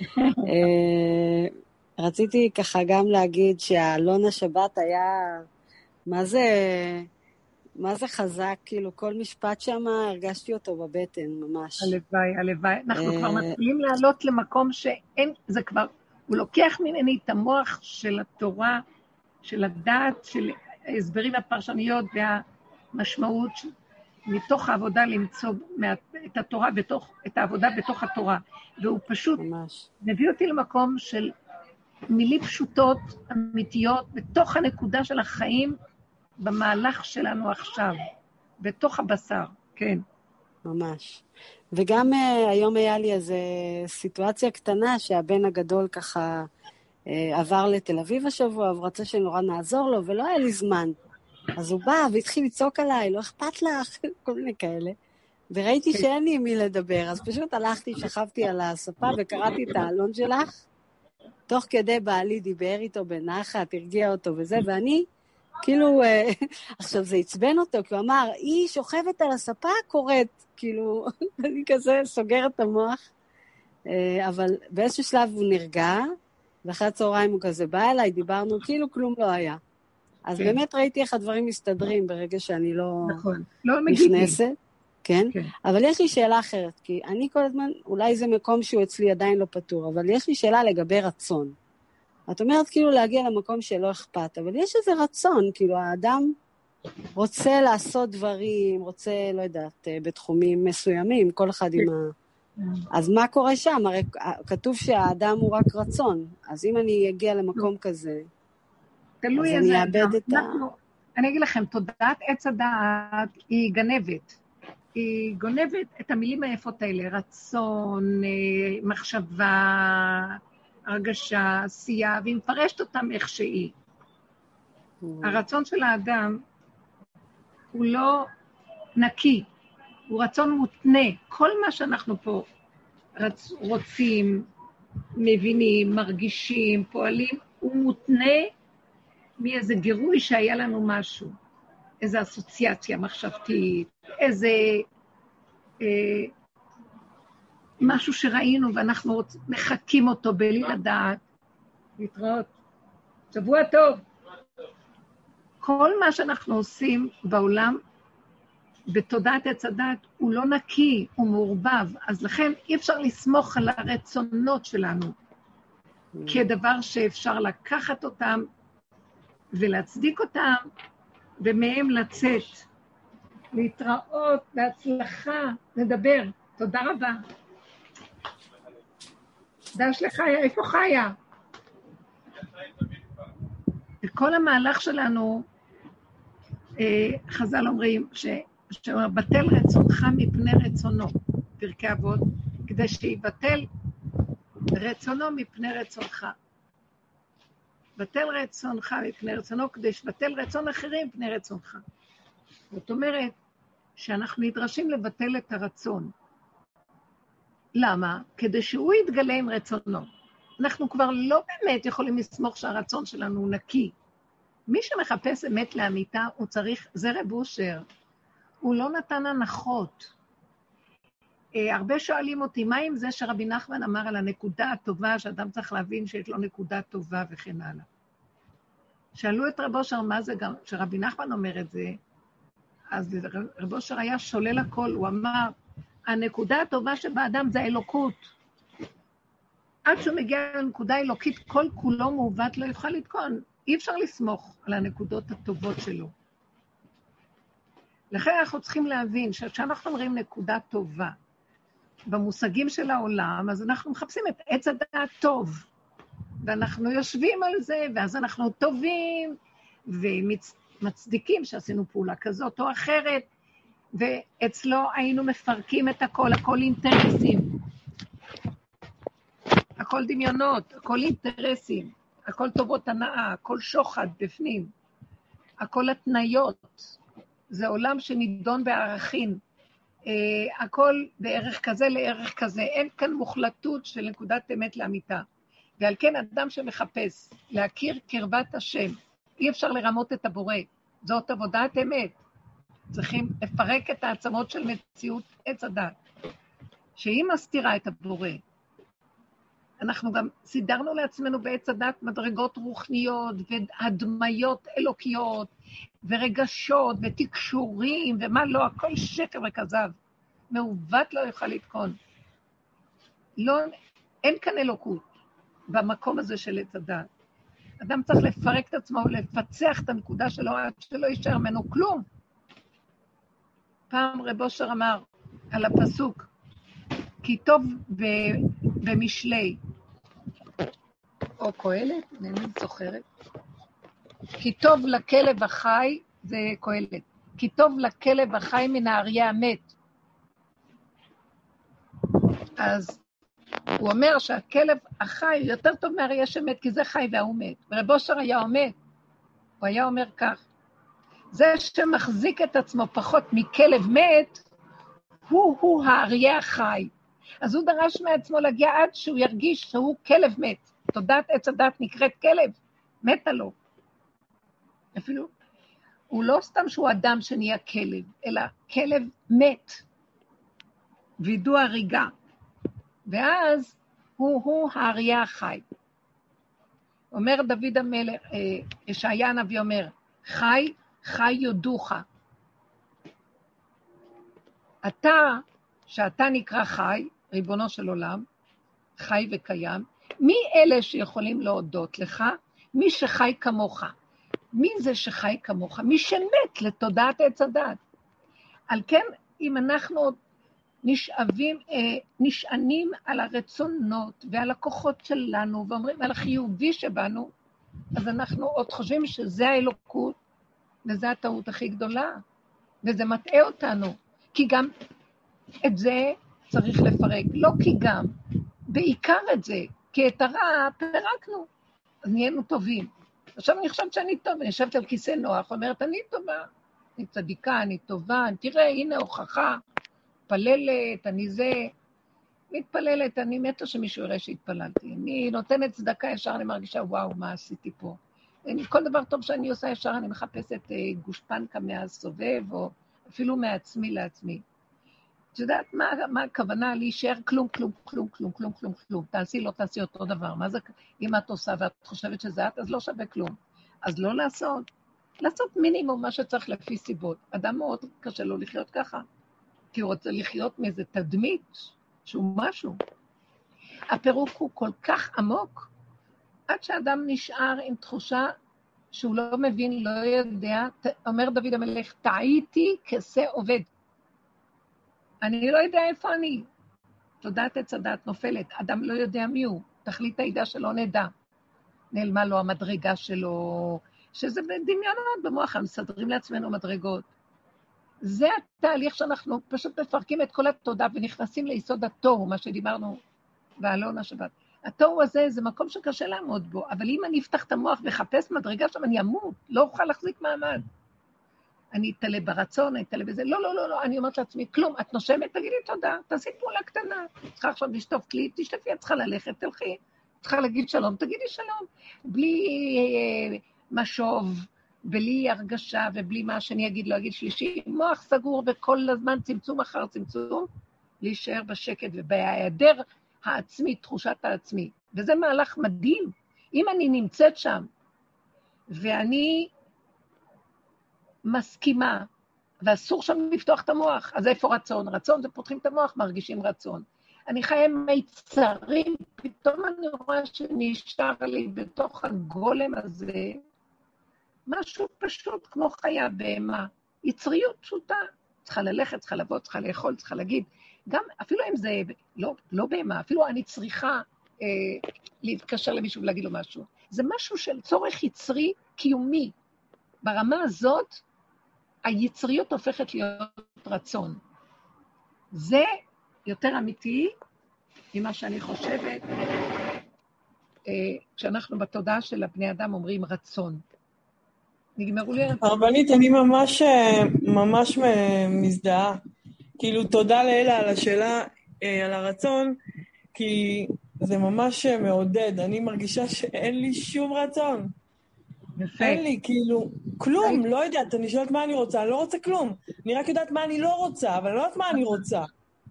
רציתי ככה גם להגיד שהעלון השבת היה, מה זה חזק, כאילו כל משפט שם הרגשתי אותו בבטן ממש. הלוואי. אנחנו כבר מתחילים לעלות למקום שאין, זה כבר, הוא לוקח ממני את המוח של התורה, של הדעת, של ההסברים הפרשניות והמשמעות, מתוך העבודה למצוא את התורה, את העבודה בתוך התורה. והוא פשוט ממש. מביא אותי למקום של מילים פשוטות, אמיתיות, בתוך הנקודה של החיים, במהלך שלנו עכשיו, בתוך הבשר, כן. ממש. וגם היום היה לי איזו סיטואציה קטנה שהבן הגדול ככה עבר לתל אביב השבוע, והוא רצה שנורא נעזור לו, ולא היה לי זמן. אז הוא בא והתחיל לצעוק עליי, לא אכפת לך, כל מיני כאלה. וראיתי שאין לי מי לדבר, אז פשוט הלכתי, שכבתי על הספה וקראתי את העלון שלך. תוך כדי בעלי דיבר איתו בנחת, הרגיע אותו וזה, ואני כאילו, עכשיו זה עצבן אותו, כי הוא אמר, היא שוכבת על הספה קוראת, כאילו, אני כזה סוגרת את המוח, אבל באיזשהו שלב הוא נרגע, ואחרי הצהריים הוא כזה בא אליי, דיברנו, כאילו כלום לא היה. אז באמת ראיתי איך הדברים מסתדרים ברגע שאני לא נכנסת. כן? אבל יש לי שאלה אחרת, כי אני כל הזמן, אולי זה מקום שהוא אצלי עדיין לא פתור, אבל יש לי שאלה לגבי רצון. את אומרת כאילו להגיע למקום שלא אכפת, אבל יש איזה רצון, כאילו האדם רוצה לעשות דברים, רוצה, לא יודעת, בתחומים מסוימים, כל אחד עם ה... אז מה קורה שם? הרי כתוב שהאדם הוא רק רצון, אז אם אני אגיע למקום כזה, אז אני אאבד את ה... אני אגיד לכם, תודעת עץ הדעת היא גנבת. היא גונבת את המילים היפות האלה, רצון, מחשבה, הרגשה, עשייה, והיא מפרשת אותם איך שהיא. הרצון של האדם הוא לא נקי, הוא רצון מותנה. כל מה שאנחנו פה רוצים, מבינים, מרגישים, פועלים, הוא מותנה מאיזה גירוי שהיה לנו משהו. איזו אסוציאציה מחשבתית, איזה משהו שראינו ואנחנו מחכים אותו בלי לדעת. להתראות. שבוע טוב. כל מה שאנחנו עושים בעולם, בתודעת עץ הדת, הוא לא נקי, הוא מעורבב. אז לכן אי אפשר לסמוך על הרצונות שלנו, כדבר שאפשר לקחת אותם ולהצדיק אותם, ומהם לצאת, להתראות, בהצלחה, נדבר. תודה רבה. דש לחיה, איפה חיה? וכל המהלך שלנו, חז"ל אומרים, שבטל רצונך מפני רצונו, פרקי אבות, כדי שיבטל רצונו מפני רצונך. בטל רצונך מפני רצונו, כדי שבטל רצון אחרים מפני רצונך. זאת אומרת, שאנחנו נדרשים לבטל את הרצון. למה? כדי שהוא יתגלה עם רצונו. אנחנו כבר לא באמת יכולים לסמוך שהרצון שלנו הוא נקי. מי שמחפש אמת לאמיתה, הוא צריך, זה רב אושר, הוא לא נתן הנחות. הרבה שואלים אותי, מה עם זה שרבי נחמן אמר על הנקודה הטובה, שאדם צריך להבין שיש לו נקודה טובה וכן הלאה. שאלו את רב אושר, מה זה גם, שרבי נחמן אומר את זה, אז רב אושר היה שולל הכל, הוא אמר, הנקודה הטובה שבאדם זה האלוקות. עד שהוא מגיע לנקודה האלוקית, כל כולו מעוות לא יוכל לתקון. אי אפשר לסמוך על הנקודות הטובות שלו. לכן אנחנו צריכים להבין שכשאנחנו אומרים נקודה טובה, במושגים של העולם, אז אנחנו מחפשים את עץ הדעת טוב, ואנחנו יושבים על זה, ואז אנחנו טובים, ומצדיקים שעשינו פעולה כזאת או אחרת, ואצלו היינו מפרקים את הכל, הכל אינטרסים, הכל דמיונות, הכל אינטרסים, הכל טובות הנאה, הכל שוחד בפנים, הכל התניות, זה עולם שנידון בערכים, הכל בערך כזה לערך כזה, אין כאן מוחלטות של נקודת אמת לאמיתה. ועל כן אדם שמחפש להכיר קרבת השם, אי אפשר לרמות את הבורא, זאת עבודת אמת. צריכים לפרק את העצמות של מציאות עץ הדת, שהיא מסתירה את הבורא. אנחנו גם סידרנו לעצמנו בעץ הדת מדרגות רוחניות והדמיות אלוקיות ורגשות ותקשורים ומה לא, הכל שקר וכזב. מעוות לא יוכל לתקון. לא, אין כאן אלוקות במקום הזה של עץ הדת. אדם צריך לפרק את עצמו ולפצח את הנקודה שלו עד שלא יישאר ממנו כלום. פעם רב אושר אמר על הפסוק, כי טוב במשלי, או קהלת, אני זוכרת. כי טוב לכלב החי, זה קהלת. כי טוב לכלב החי מן האריה המת. אז הוא אומר שהכלב החי יותר טוב מהאריה שמת, כי זה חי והוא מת. ורב אושר היה אומר, הוא היה אומר כך, זה שמחזיק את עצמו פחות מכלב מת, הוא האריה החי. אז הוא דרש מעצמו להגיע עד שהוא ירגיש שהוא כלב מת. תודעת עץ הדת נקראת כלב, מתה לו. אפילו, הוא לא סתם שהוא אדם שנהיה כלב, אלא כלב מת. וידוע הריגה. ואז הוא האריה החי. אומר דוד המלך, ישעיה הנביא אומר, חי יודוך. אתה, שאתה נקרא חי, ריבונו של עולם, חי וקיים, מי אלה שיכולים להודות לך? מי שחי כמוך. מי זה שחי כמוך? מי שמת לתודעת עץ הדת. על כן, אם אנחנו נשענים על הרצונות ועל הכוחות שלנו, ואומרים על החיובי שבנו, אז אנחנו עוד חושבים שזה האלוקות, וזה הטעות הכי גדולה, וזה מטעה אותנו, כי גם את זה צריך לפרק, לא כי גם, בעיקר את זה, כי את הרע פרקנו, אז נהיינו טובים. עכשיו אני חושבת שאני טוב, אני יושבת על כיסא נוח, אומרת, אני טובה, אני צדיקה, אני טובה, תראה, הנה הוכחה, מתפללת, אני זה, מתפללת, אני מתה שמישהו יראה שהתפללתי, אני נותנת צדקה ישר, אני מרגישה, וואו, מה עשיתי פה? כל דבר טוב שאני עושה ישר, אני מחפשת גושפנקה מהסובב, או אפילו מעצמי לעצמי. את יודעת מה הכוונה להישאר כלום, כלום, כלום, כלום, כלום, כלום, כלום. תעשי, לא תעשי אותו דבר. מה זה, אם את עושה ואת חושבת שזה את, אז לא שווה כלום. אז לא לעשות. לעשות מינימום מה שצריך לפי סיבות. אדם מאוד קשה לו לחיות ככה. כי הוא רוצה לחיות מאיזה תדמית שהוא משהו. הפירוק הוא כל כך עמוק, עד שאדם נשאר עם תחושה שהוא לא מבין, לא יודע, אומר דוד המלך, טעיתי כסה עובד. אני לא יודע איפה אני. תודעת עץ הדת נופלת, אדם לא יודע מי הוא, תכלית העידה שלא נדע. נעלמה לו המדרגה שלו, שזה בדמיונות במוח, הם מסדרים לעצמנו מדרגות. זה התהליך שאנחנו פשוט מפרקים את כל התודה ונכנסים ליסוד התוהו, מה שדיברנו בעלון השבת. התוהו הזה זה מקום שקשה לעמוד בו, אבל אם אני אפתח את המוח וחפש מדרגה שם, אני אמות, לא אוכל להחזיק מעמד. אני אתעלה ברצון, אני אתעלה בזה, לא, אני אומרת לעצמי, כלום, את נושמת, תגידי תודה, תעשי פעולה קטנה, צריכה עכשיו לשטוף כלי, תשטפי, את צריכה ללכת, תלכי, צריכה להגיד שלום, תגידי שלום, בלי משוב, בלי הרגשה ובלי מה שאני אגיד, לא אגיד שלישי, מוח סגור וכל הזמן צמצום אחר צמצום, להישאר בשקט ובהיעדר העצמי, תחושת העצמי. וזה מהלך מדהים. אם אני נמצאת שם ואני מסכימה, ואסור שם לפתוח את המוח, אז איפה רצון? רצון זה פותחים את המוח, מרגישים רצון. אני חיה מיצרים, פתאום אני רואה שנשאר לי בתוך הגולם הזה, משהו פשוט כמו חיה בהמה, יצריות פשוטה, צריכה ללכת, צריכה לבוא, צריכה לאכול, צריכה להגיד, גם אפילו אם זה לא בהמה, אפילו אני צריכה להתקשר למישהו ולהגיד לו משהו, זה משהו של צורך יצרי קיומי, ברמה הזאת היצריות הופכת להיות רצון, זה יותר אמיתי ממה שאני חושבת, כשאנחנו בתודעה של הבני אדם אומרים רצון, נגמרו לי... הרבנית, אני ממש מזדהה. כאילו, תודה לאלה על השאלה, על הרצון, כי זה ממש מעודד. אני מרגישה שאין לי שום רצון. יפה. אין לי, כאילו, כלום, לא יודעת, אני שואלת מה אני רוצה, אני לא רוצה כלום. אני רק יודעת מה אני לא רוצה, אבל אני לא יודעת מה אני רוצה.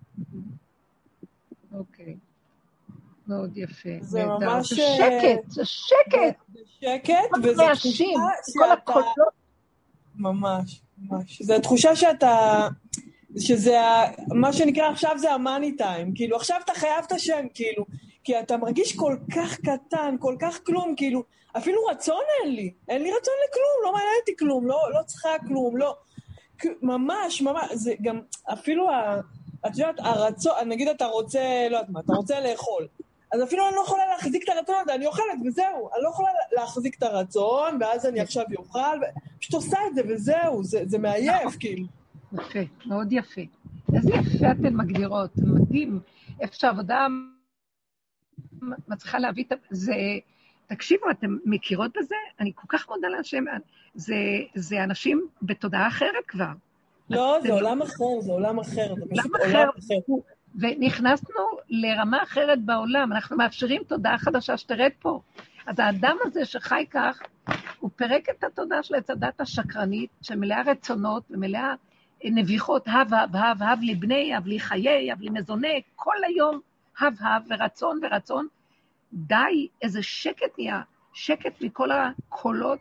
אוקיי. מאוד יפה. זה ממש... זה שקט, זה שקט. זה שקט, וזו תחושה שאתה... ממש, ממש. זו תחושה שאתה... שזה מה שנקרא עכשיו זה המאני טיים. כאילו, עכשיו אתה חייב את השם, כאילו. כי אתה מרגיש כל כך קטן, כל כך כלום, כאילו. אפילו רצון אין לי. אין לי רצון לכלום, לא מעניין אותי כלום, לא צריכה כלום, לא... ממש, ממש. זה גם... אפילו את יודעת, הרצון... נגיד אתה רוצה, לא יודעת מה, אתה רוצה לאכול. אז אפילו אני לא יכולה להחזיק את הרצון הזה, אני אוכלת וזהו, אני לא יכולה להחזיק את הרצון, ואז אני עכשיו יאכל, פשוט עושה את זה וזהו, זה מעייף, כאילו. יפה, מאוד יפה. איזה יפה אתן מגדירות, מדהים. איפה שהעבודה מצליחה להביא את זה. תקשיבו, אתם מכירות בזה? אני כל כך מודה להשם. זה אנשים בתודעה אחרת כבר. לא, זה עולם אחר, זה עולם אחר. עולם אחר. ונכנסנו לרמה אחרת בעולם. אנחנו מאפשרים תודעה חדשה שתרד פה. אז האדם הזה שחי כך, הוא פרק את התודעה של הצדת השקרנית, שמלאה רצונות ומלאה נביחות, הב לי בני, הב לי חיי, הב לי מזוני, כל היום הב ורצון ורצון. די, איזה שקט נהיה, שקט מכל הקולות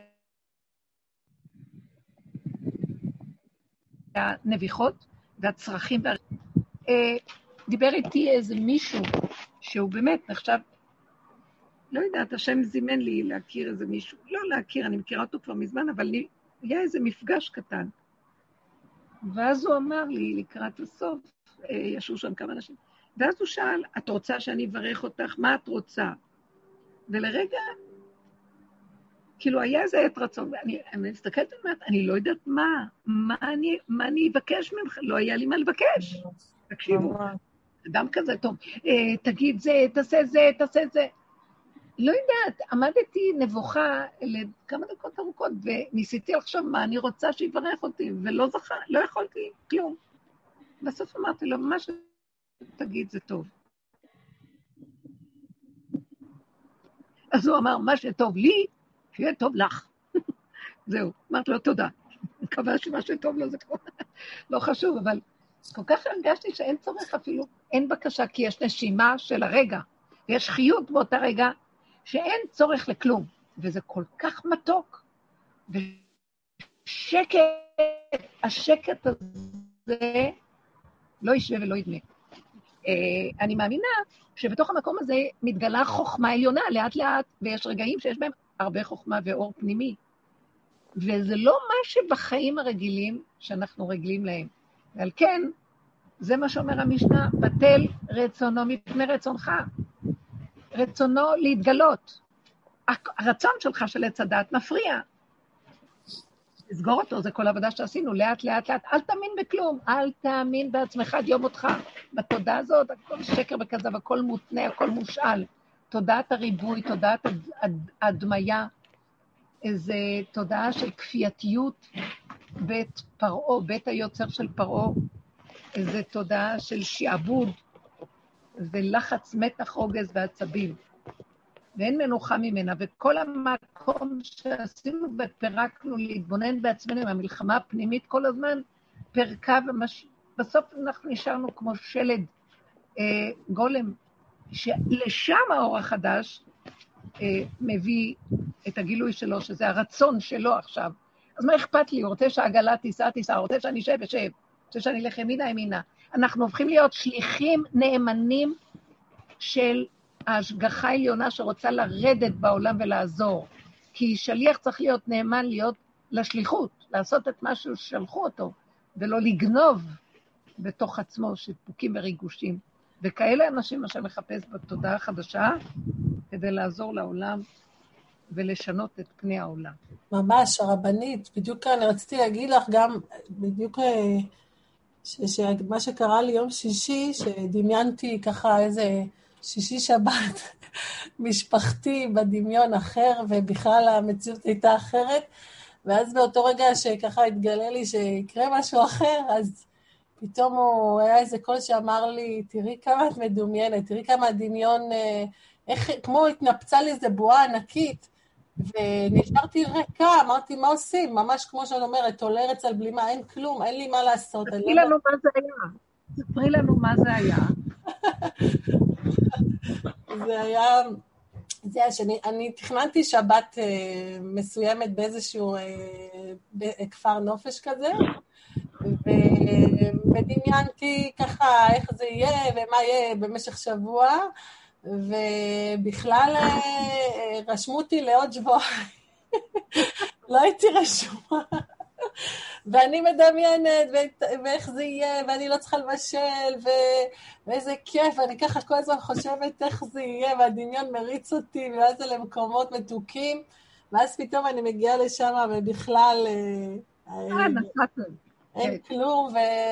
והנביחות והצרכים. דיבר איתי איזה מישהו שהוא באמת נחשב, לא יודעת, השם זימן לי להכיר איזה מישהו, לא להכיר, אני מכירה אותו כבר מזמן, אבל היה איזה מפגש קטן. ואז הוא אמר לי, לקראת הסוף, ישו שם כמה אנשים, ואז הוא שאל, את רוצה שאני אברך אותך? מה את רוצה? ולרגע, כאילו היה איזה עת רצון, אני מסתכלת על מעט, אני לא יודעת מה אני אבקש ממך, לא היה לי מה לבקש. תקשיבו, אדם כזה טוב, תגיד זה, תעשה זה, תעשה זה. לא יודעת, עמדתי נבוכה לכמה דקות ארוכות, וניסיתי לחשוב מה אני רוצה שיברך אותי, ולא זכה, לא יכולתי כלום. בסוף אמרתי לו, מה שתגיד זה טוב. אז הוא אמר, מה שטוב לי, שיהיה טוב לך. זהו, אמרתי לו, תודה. מקווה שמה שטוב לו זה כבר לא חשוב, אבל כל כך הרגשתי שאין צורך אפילו, אין בקשה, כי יש נשימה של הרגע, ויש חיות באותה רגע, שאין צורך לכלום, וזה כל כך מתוק, ושקט, השקט הזה לא ישווה ולא ידמה. אני מאמינה שבתוך המקום הזה מתגלה חוכמה עליונה לאט לאט, ויש רגעים שיש בהם הרבה חוכמה ואור פנימי, וזה לא מה שבחיים הרגילים שאנחנו רגילים להם. ועל כן, זה מה שאומר המשנה, בטל רצונו מפני רצונך. רצונו להתגלות. הרצון שלך של עץ הדעת מפריע. לסגור אותו, זה כל העבודה שעשינו, לאט, לאט, לאט. אל תאמין בכלום, אל תאמין בעצמך עד יום אותך. בתודעה הזאת, הכל שקר וכזב, הכל מותנה, הכל מושאל. תודעת הריבוי, תודעת הדמיה, איזו תודעה של כפייתיות, בית פרעה, בית היוצר של פרעה, איזו תודעה של שעבוד, ולחץ מתח רוגז ועצבים. ואין מנוחה ממנה, וכל המקום שעשינו ופרקנו להתבונן בעצמנו עם המלחמה הפנימית כל הזמן, פרקה בסוף אנחנו נשארנו כמו שלד גולם, שלשם האור החדש מביא את הגילוי שלו, שזה הרצון שלו עכשיו. אז מה אכפת לי? הוא רוצה שהעגלה תיסע, הוא רוצה שאני אשב, רוצה שאני אלך ימינה. אנחנו הופכים להיות שליחים נאמנים של ההשגחה העליונה שרוצה לרדת בעולם ולעזור. כי שליח צריך להיות נאמן, להיות לשליחות, לעשות את מה ששלחו אותו, ולא לגנוב בתוך עצמו שפוקים וריגושים. וכאלה אנשים מה שמחפש בתודעה החדשה, כדי לעזור לעולם ולשנות את פני העולם. ממש, הרבנית, בדיוק אני רציתי להגיד לך גם, בדיוק מה שקרה לי יום שישי, שדמיינתי ככה איזה שישי שבת משפחתי בדמיון אחר, ובכלל המציאות הייתה אחרת, ואז באותו רגע שככה התגלה לי שיקרה משהו אחר, אז פתאום הוא היה איזה קול שאמר לי, תראי כמה את מדומיינת, תראי כמה הדמיון, איך, כמו התנפצה לי איזה בועה ענקית, ונשארתי ריקה, אמרתי, מה עושים? ממש כמו שאני אומרת, עולה ארץ על בלימה, אין כלום, אין לי מה לעשות. תספרי לנו מה זה היה. תספרי לנו מה זה היה. זה היה שאני תכננתי שבת מסוימת באיזשהו כפר נופש כזה, ודמיינתי ככה איך זה יהיה ומה יהיה במשך שבוע, ובכלל רשמו אותי לעוד שבוע. לא הייתי רשומה. ואני מדמיינת, ואיך זה יהיה, ואני לא צריכה לבשל, ואיזה כיף, ואני ככה כל הזמן חושבת איך זה יהיה, והדמיון מריץ אותי, ואז זה למקומות מתוקים, ואז פתאום אני מגיעה לשם, ובכלל נסעתם. אין כלום,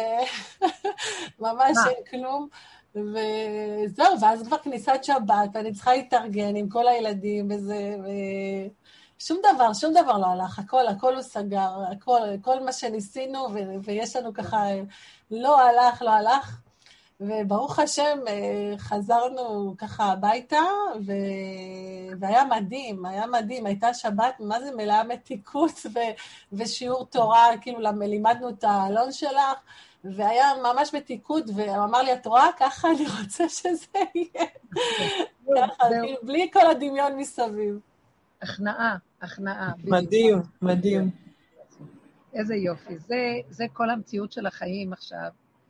ממש אין כלום. וזהו, ואז כבר כניסת שבת, ואני צריכה להתארגן עם כל הילדים וזה, שום דבר לא הלך, הכל הוא סגר, כל מה שניסינו, ויש לנו ככה, לא הלך, וברוך השם, חזרנו ככה הביתה, והיה מדהים, הייתה שבת, מה זה מלאה מתיקות, ושיעור תורה, כאילו לימדנו את העלון שלך, והיה ממש מתיקות, והוא אמר לי, את רואה? ככה אני רוצה שזה יהיה. ככה, כאילו, בלי כל הדמיון מסביב. הכנעה. מדהים. איזה יופי. זה כל המציאות של החיים עכשיו.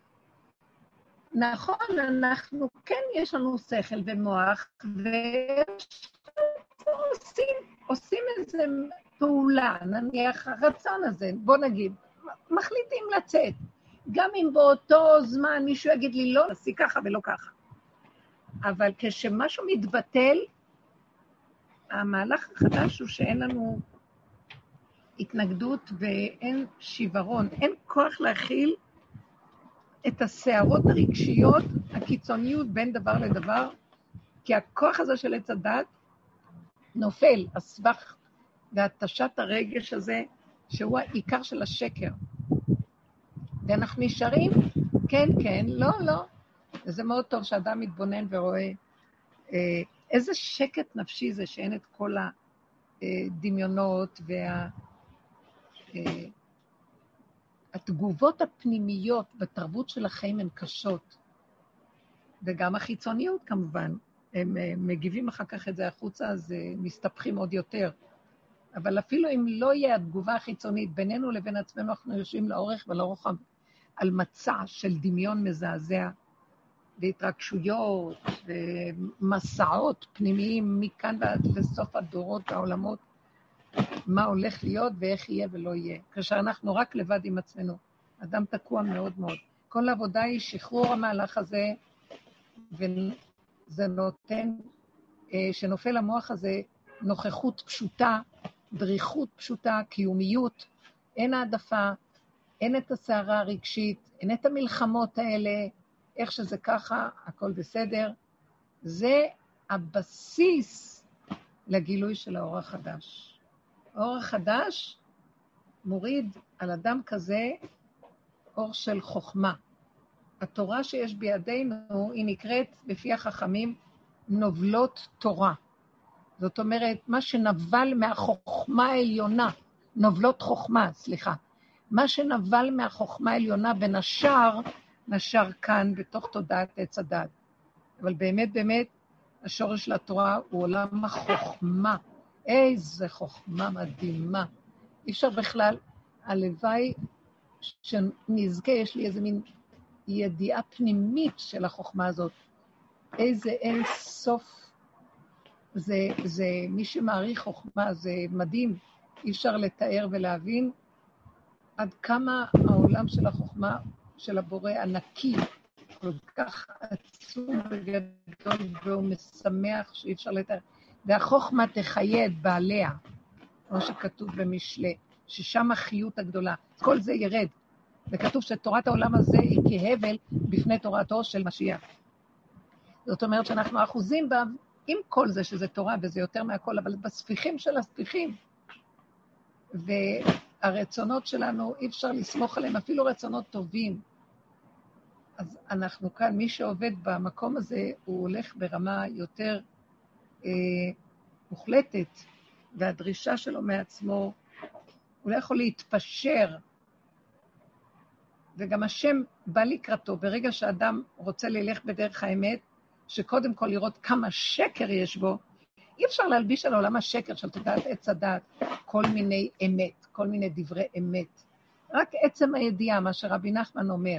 נכון, אנחנו, כן יש לנו שכל ומוח, ועושים איזו פעולה, נניח הרצון הזה, בוא נגיד, מחליטים לצאת. גם אם באותו זמן מישהו יגיד לי, לא, עשי ככה ולא ככה. אבל כשמשהו מתבטל, המהלך החדש הוא שאין לנו התנגדות ואין שיוורון, אין כוח להכיל את הסערות הרגשיות, הקיצוניות בין דבר לדבר, כי הכוח הזה של עץ הדת נופל, הסבך והתשת הרגש הזה, שהוא העיקר של השקר. ואנחנו נשארים, כן, לא. וזה מאוד טוב שאדם מתבונן ורואה איזה שקט נפשי זה שאין את כל הדמיונות התגובות הפנימיות בתרבות של החיים הן קשות. וגם החיצוניות כמובן, הם מגיבים אחר כך את זה החוצה, אז מסתפחים עוד יותר. אבל אפילו אם לא יהיה התגובה החיצונית, בינינו לבין עצמנו אנחנו יושבים לאורך ולרוחב, על מצע של דמיון מזעזע, והתרגשויות, ומסעות פנימיים מכאן ועד לסוף הדורות והעולמות, מה הולך להיות ואיך יהיה ולא יהיה. כאשר אנחנו רק לבד עם עצמנו, אדם תקוע מאוד מאוד. כל העבודה היא שחרור המהלך הזה, וזה נותן, שנופל המוח הזה, נוכחות פשוטה, דריכות פשוטה, קיומיות, אין העדפה, אין את הסערה הרגשית, אין את המלחמות האלה, איך שזה ככה, הכל בסדר. זה הבסיס לגילוי של האור החדש. האור החדש מוריד על אדם כזה אור של חוכמה. התורה שיש בידינו היא נקראת בפי החכמים נובלות תורה. זאת אומרת, מה שנבל מהחוכמה העליונה, נובלות חוכמה, סליחה. מה שנבל מהחוכמה העליונה בין השאר, נשר כאן בתוך תודעת עץ הדת. אבל באמת, השורש של התורה הוא עולם החוכמה. איזה חוכמה מדהימה. אי אפשר בכלל, הלוואי שנזכה, יש לי איזה מין ידיעה פנימית של החוכמה הזאת. איזה אין סוף. זה מי שמעריך חוכמה, זה מדהים. אי אפשר לתאר ולהבין עד כמה העולם של החוכמה של הבורא ענקי, כל כך עצום וגדול והוא משמח שאי אפשר לתאר. והחוכמה תחיה את בעליה, כמו שכתוב במשלי, ששם החיות הגדולה. כל זה ירד. וכתוב שתורת העולם הזה היא כהבל בפני תורתו של משיח. זאת אומרת שאנחנו אחוזים בה, עם כל זה שזה תורה וזה יותר מהכל, אבל בספיחים של הספיחים. והרצונות שלנו אי אפשר לסמוך עליהם, אפילו רצונות טובים. אז אנחנו כאן, מי שעובד במקום הזה, הוא הולך ברמה יותר מוחלטת, והדרישה שלו מעצמו, הוא לא יכול להתפשר, וגם השם בא לקראתו, ברגע שאדם רוצה ללך בדרך האמת, שקודם כל לראות כמה שקר יש בו, אי אפשר להלביש על עולם השקר של תודעת עץ הדת, כל מיני אמת, כל מיני דברי אמת. רק עצם הידיעה, מה שרבי נחמן אומר,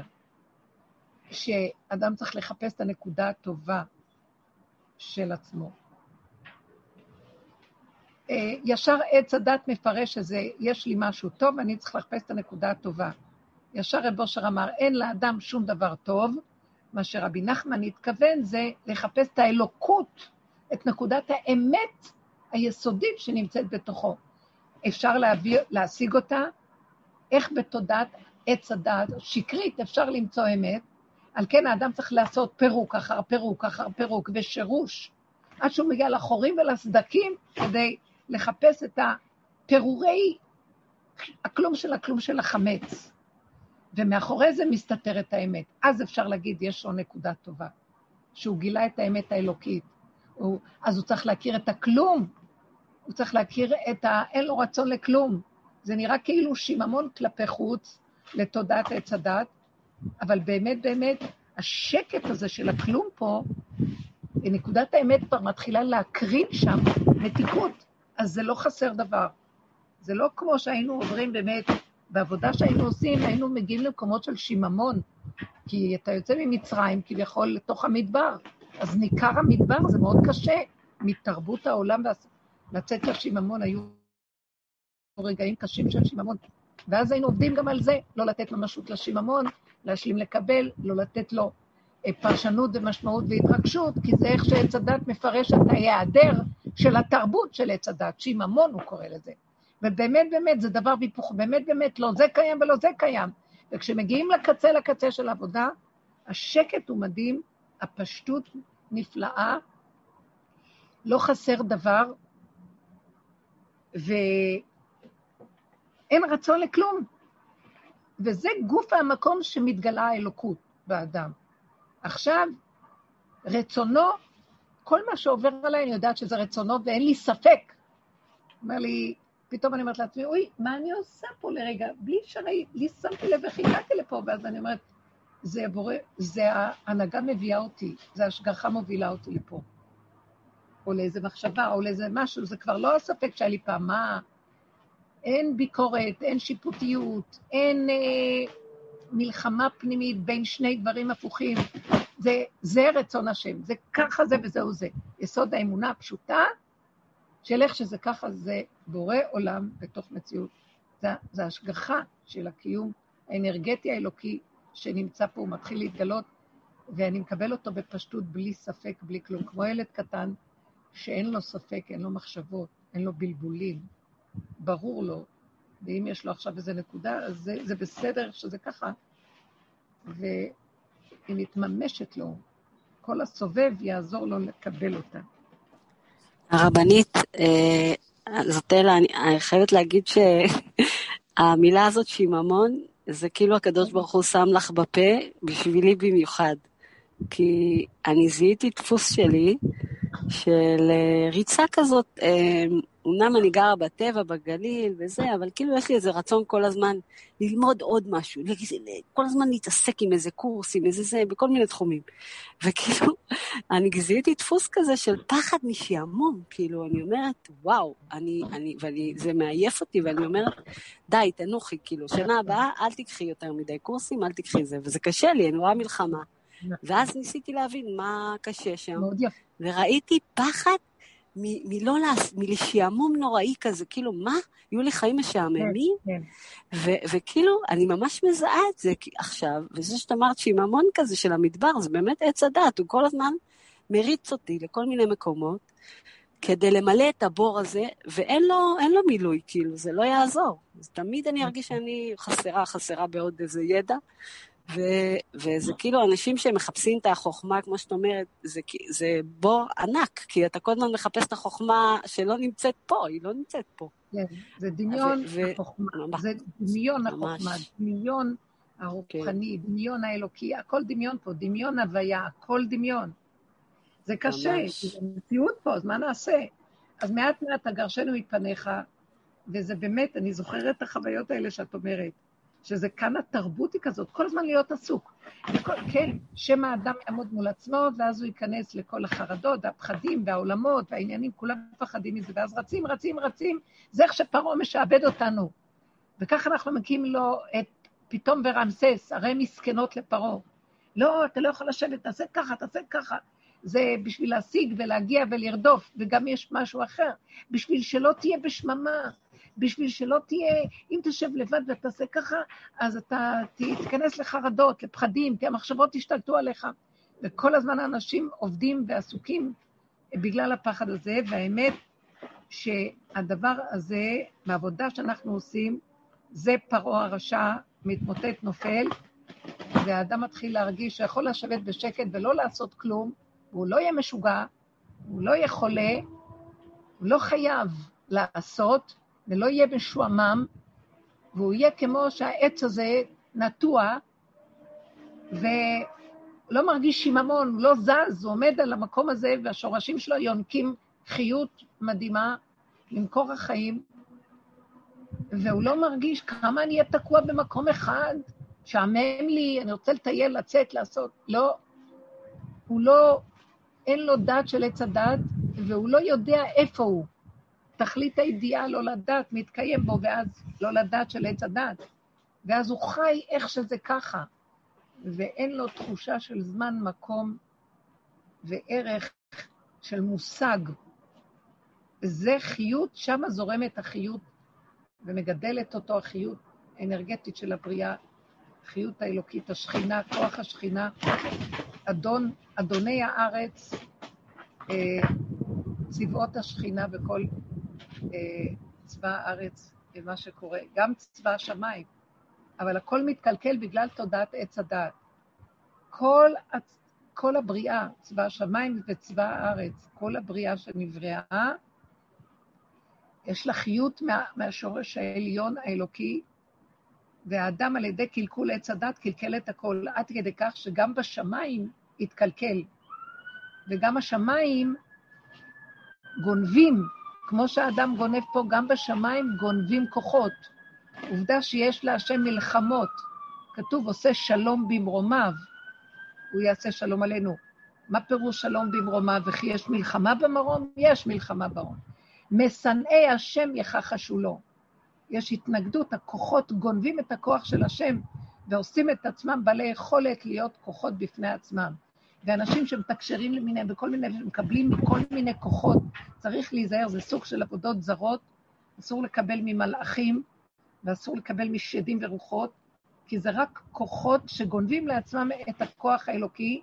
שאדם צריך לחפש את הנקודה הטובה של עצמו. ישר עץ הדת מפרש שזה, יש לי משהו טוב, אני צריך לחפש את הנקודה הטובה. ישר רב אושר אמר, אין לאדם שום דבר טוב, מה שרבי נחמן התכוון זה לחפש את האלוקות, את נקודת האמת היסודית שנמצאת בתוכו. אפשר להשיג אותה, איך בתודעת עץ הדת שקרית אפשר למצוא אמת, על כן האדם צריך לעשות פירוק אחר פירוק אחר פירוק ושירוש, עד שהוא מגיע לחורים ולסדקים כדי לחפש את הפירורי הכלום של הכלום של החמץ. ומאחורי זה מסתתר את האמת. אז אפשר להגיד, יש לו נקודה טובה, שהוא גילה את האמת האלוקית. אז הוא צריך להכיר את הכלום, הוא צריך להכיר אין לו רצון לכלום. זה נראה כאילו שיממון כלפי חוץ לתודעת עץ הדת, אבל באמת, באמת, השקט הזה של הכלום פה, נקודת האמת כבר מתחילה להקרין שם מתיקות, אז זה לא חסר דבר. זה לא כמו שהיינו עוברים באמת, בעבודה שהיינו עושים, היינו מגיעים למקומות של שיממון, כי אתה יוצא ממצרים כביכול לתוך המדבר, אז ניכר המדבר, זה מאוד קשה, מתרבות העולם, לצאת לשיממון, היו רגעים קשים של שיממון, ואז היינו עובדים גם על זה, לא לתת ממשות לשיממון, להשלים לקבל, לא לתת לו פרשנות ומשמעות והתרגשות, כי זה איך שעץ הדת מפרש את ההיעדר של התרבות של עץ הדת, שיממון הוא קורא לזה. ובאמת באמת זה דבר ויפוך, באמת באמת לא זה קיים ולא זה קיים. וכשמגיעים לקצה של העבודה, השקט הוא מדהים, הפשטות נפלאה, לא חסר דבר, ואין רצון לכלום. וזה גוף המקום שמתגלה האלוקות באדם. עכשיו, רצונו, כל מה שעובר עליי, אני יודעת שזה רצונו, ואין לי ספק. אומר לי, פתאום אני אומרת לעצמי, אוי, מה אני עושה פה לרגע? בלי שראי, לי שמתי לב וחיכתי לפה, ואז אני אומרת, זה ההנהגה מביאה אותי, זה ההשגחה מובילה אותי לפה. או לאיזה מחשבה, או לאיזה משהו, זה כבר לא הספק שהיה לי פעם, מה? אין ביקורת, אין שיפוטיות, אין מלחמה פנימית בין שני דברים הפוכים. זה רצון השם, זה ככה זה וזהו זה. יסוד האמונה הפשוטה, של איך שזה ככה זה בורא עולם בתוך מציאות. זה השגחה של הקיום האנרגטי האלוקי שנמצא פה, הוא מתחיל להתגלות, ואני מקבל אותו בפשטות בלי ספק, בלי כלום. כמו ילד קטן שאין לו ספק, אין לו מחשבות, אין לו בלבולים, ברור לו, ואם יש לו עכשיו איזו נקודה, אז זה בסדר שזה ככה, והיא מתממשת לו. כל הסובב יעזור לו לקבל אותה. הרבנית, זאת אלה, אני חייבת להגיד שהמילה הזאת שיממון, זה כאילו הקדוש ברוך הוא שם לך בפה, בשבילי במיוחד. כי אני זיהיתי דפוס שלי, של ריצה כזאת, אומנם אני גרה בטבע, בגליל וזה, אבל כאילו יש לי איזה רצון כל הזמן ללמוד עוד משהו, כל הזמן להתעסק עם איזה קורס, עם איזה זה, בכל מיני תחומים. וכאילו, אני גזיתי דפוס כזה של פחד משעמום, כאילו, אני אומרת, וואו, זה מעייף אותי, ואני אומרת, די, תנוחי, כאילו, שנה הבאה, אל תקחי יותר מדי קורסים, אל תקחי זה, וזה קשה לי, אני רואה מלחמה. ואז ניסיתי להבין מה קשה שם, וראיתי פחד מלשעמום נוראי כזה, כאילו, מה? יהיו לי חיים משעממים? וכאילו, אני ממש מזהה את זה עכשיו, וזה שאת אמרת שיממון כזה של המדבר, זה באמת עץ הדת, הוא כל הזמן מריץ אותי לכל מיני מקומות, כדי למלא את הבור הזה, ואין לו מילוי, כאילו, זה לא יעזור. אז תמיד אני ארגיש שאני חסרה בעוד איזה ידע, וזה כאילו אנשים שמחפשים את החוכמה, כמו שאת אומרת, זה בור ענק, כי אתה כל הזמן מחפש את החוכמה שלא נמצאת פה, היא לא נמצאת פה. זה דמיון החוכמה, זה דמיון החוכמה, דמיון הרוחני, דמיון האלוקי, הכל דמיון פה, דמיון הוויה, הכל דמיון. זה קשה, זה מציאות פה, אז מה נעשה? אז מעט מעט הגרשנו מפניך, וזה באמת, אני זוכרת את החוויות האלה שאת אומרת, שזה כאן התרבות היא כזאת, כל הזמן להיות עסוק. כן, שם האדם יעמוד מול עצמו, ואז הוא ייכנס לכל החרדות, והפחדים, והעולמות, והעניינים, כולם מפחדים מזה, ואז רצים, זה איך שפרעה משעבד אותנו. וכך אנחנו מקים לו את פתאום ורמסס, הרי מסכנות לפרעה. לא, אתה לא יכול לשבת, תעשה ככה, זה בשביל להשיג ולהגיע ולרדוף, וגם יש משהו אחר, בשביל שלא תהיה בשממה, בשביל שלא תהיה, אם תשב לבד ותעשה ככה, אז אתה תתכנס לחרדות, לפחדים, כי המחשבות תשתלטו עליך. וכל הזמן האנשים עובדים ועסוקים בגלל הפחד הזה, והאמת שהדבר הזה, בעבודה שאנחנו עושים, זה פרעה הרשע, מתמוטט נופל, והאדם מתחיל להרגיש שיכול לשבת בשקט ולא לעשות כלום, והוא לא יהיה משוגע, הוא לא יהיה חולה, הוא לא חייב לעשות, ולא יהיה משועמם, והוא יהיה כמו שהעץ הזה נטוע, ולא מרגיש שיממון, הוא לא זז, הוא עומד על המקום הזה, והשורשים שלו יונקים חיות מדהימה למקור החיים, והוא לא מרגיש כמה אני אהיה תקוע במקום אחד, שעמם לי, אני רוצה לטייל, לצאת, לעשות. לא, הוא לא, אין לו דעת של עץ הדעת, והוא לא יודע איפה הוא. תכלית הידיעה לא לדעת, מתקיים בו, ואז לא לדעת של עץ הדעת. ואז הוא חי איך שזה ככה, ואין לו תחושה של זמן, מקום, וערך של מושג. זה חיות, שם זורמת החיות, ומגדלת אותו החיות האנרגטית של הבריאה, החיות האלוקית, השכינה, כוח השכינה, אדוני הארץ, צבאות השכינה וכל צבא הארץ ומה שקורה, גם צבא השמיים, אבל הכל מתקלקל בגלל תודעת עץ הדעת. כל הבריאה, צבא השמיים וצבא הארץ, כל הבריאה שנבראה, יש לה חיות מהשורש העליון האלוקי, והאדם על ידי קלקול עץ הדת קלקל את הכל, עד כדי כך שגם בשמיים התקלקל, וגם השמיים גונבים, כמו שהאדם גונב פה, גם בשמיים גונבים כוחות. עובדה שיש להשם מלחמות, כתוב עושה שלום במרומיו, הוא יעשה שלום עלינו. מה פירוש שלום במרומיו? וכי יש מלחמה במרום? יש מלחמה ברום. משנאי השם יחשו לו. יש התנגדות, הכוחות גונבים את הכוח של השם, ועושים את עצמם בעלי יכולת להיות כוחות בפני עצמם. ואנשים שמתקשרים למיניהם, וכל מיני, שמקבלים מכל מיני כוחות, צריך להיזהר, זה סוג של עבודות זרות, אסור לקבל ממלאכים, ואסור לקבל משדים ורוחות, כי זה רק כוחות שגונבים לעצמם את הכוח האלוקי,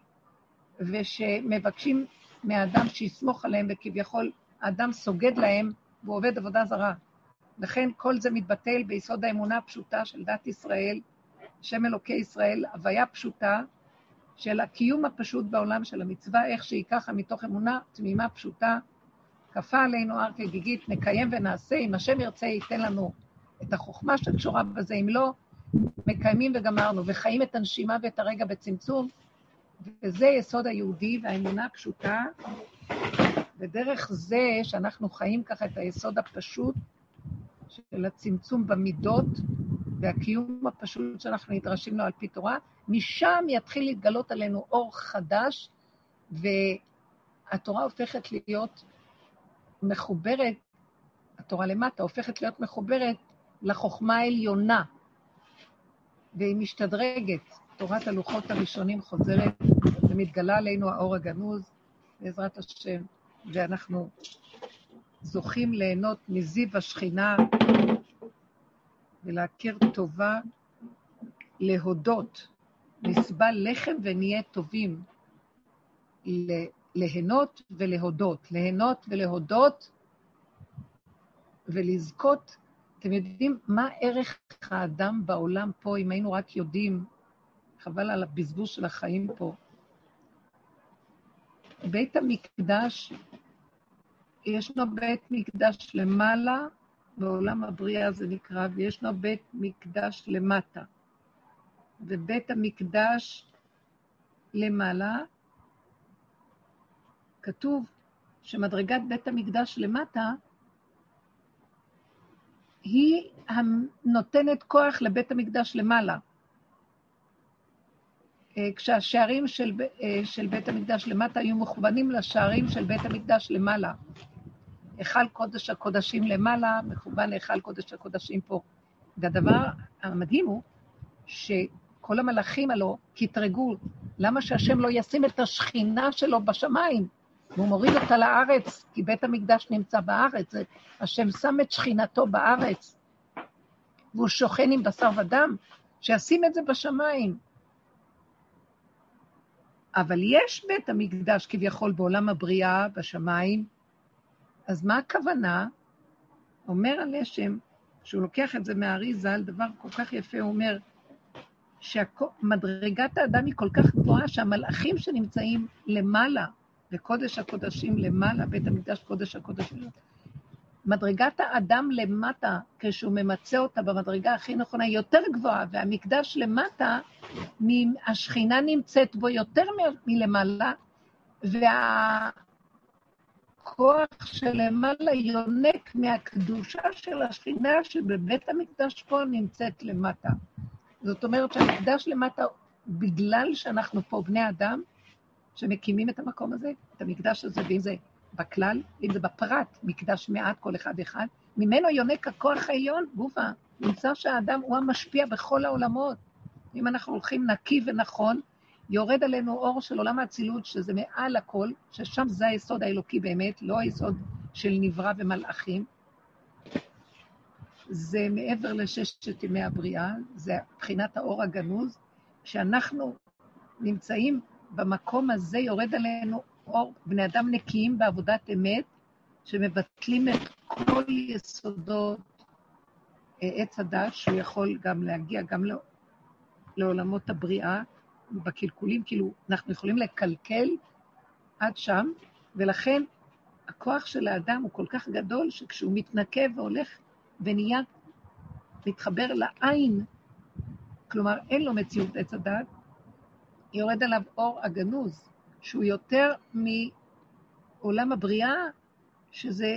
ושמבקשים מהאדם שיסמוך עליהם, וכביכול האדם סוגד להם, והוא עובד עבודה זרה. לכן כל זה מתבטל ביסוד האמונה הפשוטה של דת ישראל, שם אלוקי ישראל, הוויה פשוטה, של הקיום הפשוט בעולם של המצווה, איך שהיא ככה מתוך אמונה תמימה פשוטה, כפה עלינו הר כגיגית, נקיים ונעשה, אם השם ירצה ייתן לנו את החוכמה שקשורה בזה, אם לא, מקיימים וגמרנו, וחיים את הנשימה ואת הרגע בצמצום, וזה יסוד היהודי והאמונה הפשוטה, ודרך זה שאנחנו חיים ככה את היסוד הפשוט, של הצמצום במידות, והקיום הפשוט שאנחנו נדרשים לו על פי תורה, משם יתחיל להתגלות עלינו אור חדש, והתורה הופכת להיות מחוברת, התורה למטה הופכת להיות מחוברת לחוכמה העליונה, והיא משתדרגת, תורת הלוחות הראשונים חוזרת, ומתגלה עלינו האור הגנוז, בעזרת השם, ואנחנו זוכים ליהנות מזיו השכינה, ולהכיר טובה, להודות, נסבל לחם ונהיה טובים, ליהנות ולהודות, ליהנות ולהודות, ולזכות. אתם יודעים מה ערך האדם בעולם פה, אם היינו רק יודעים, חבל על הבזבוז של החיים פה. בית המקדש, ישנו בית מקדש למעלה, בעולם הבריאה זה נקרא, וישנו בית מקדש למטה. ובית המקדש למעלה, כתוב שמדרגת בית המקדש למטה, היא נותנת כוח לבית המקדש למעלה. כשהשערים של בית המקדש למטה היו מכוונים לשערים של בית המקדש למעלה. היכל קודש הקודשים למעלה, מכוון להיכל קודש הקודשים פה. והדבר המדהים הוא שכל המלאכים הלא קטרגו למה שהשם לא ישים את השכינה שלו בשמיים? והוא מוריד אותה לארץ, כי בית המקדש נמצא בארץ. השם שם את שכינתו בארץ, והוא שוכן עם בשר ודם, שישים את זה בשמיים. אבל יש בית המקדש כביכול בעולם הבריאה, בשמיים. אז מה הכוונה? אומר הלשם, שהוא לוקח את זה מהאריזה, על דבר כל כך יפה, הוא אומר, שמדרגת האדם היא כל כך גבוהה, שהמלאכים שנמצאים למעלה, וקודש הקודשים למעלה, בית המקדש קודש הקודשים, מדרגת האדם למטה, כשהוא ממצא אותה במדרגה הכי נכונה, היא יותר גבוהה, והמקדש למטה, השכינה נמצאת בו יותר מלמעלה, והכוח שלמעלה יונק מהקדושה של השכינה, שבבית המקדש פה נמצאת למטה. זאת אומרת שהמקדש למטה, בגלל שאנחנו פה בני אדם, שמקימים את המקום הזה, את המקדש הזה, ואם זה בכלל, אם זה בפרט, מקדש מעט כל אחד אחד, ממנו יונק הכוח העליון, גופה, נמצא שהאדם הוא המשפיע בכל העולמות. אם אנחנו הולכים נקי ונכון, יורד עלינו אור של עולם האצילות, שזה מעל הכל, ששם זה היסוד האלוקי באמת, לא היסוד של נברא ומלאכים. זה מעבר לששת ימי הבריאה, זה בחינת האור הגנוז, כשאנחנו נמצאים במקום הזה, יורד עלינו אור, בני אדם נקיים בעבודת אמת, שמבטלים את כל יסודות עץ הדת, שהוא יכול גם להגיע גם לעולמות הבריאה, בקלקולים, כאילו אנחנו יכולים לקלקל עד שם, ולכן הכוח של האדם הוא כל כך גדול, שכשהוא מתנקה והולך ונהיה, מתחבר לעין, כלומר אין לו מציאות עץ הדת, יורד עליו אור הגנוז, שהוא יותר מעולם הבריאה, שזה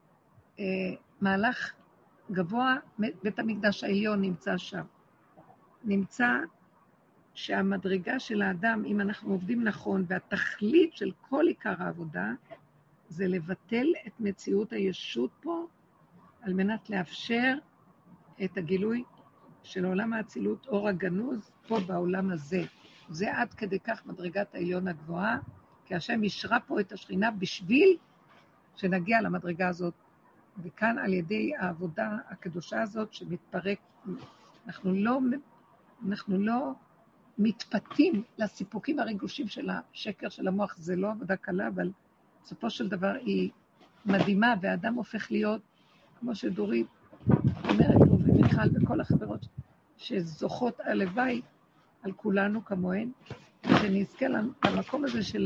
מהלך גבוה, בית המקדש העליון נמצא שם. נמצא שהמדרגה של האדם, אם אנחנו עובדים נכון, והתכלית של כל עיקר העבודה, זה לבטל את מציאות הישות פה, על מנת לאפשר את הגילוי של עולם האצילות, אור הגנוז, פה בעולם הזה. זה עד כדי כך מדרגת העליון הגבוהה, כי השם ישרה פה את השכינה בשביל שנגיע למדרגה הזאת. וכאן על ידי העבודה הקדושה הזאת שמתפרק, אנחנו לא מתפתים לסיפוקים הרגושים של השקר של המוח, זה לא עבודה קלה, אבל בסופו של דבר היא מדהימה, והאדם הופך להיות, כמו שדורית אומרת, ומיכל וכל החברות שזוכות הלוואי על כולנו כמוהן, שנזכה למקום הזה של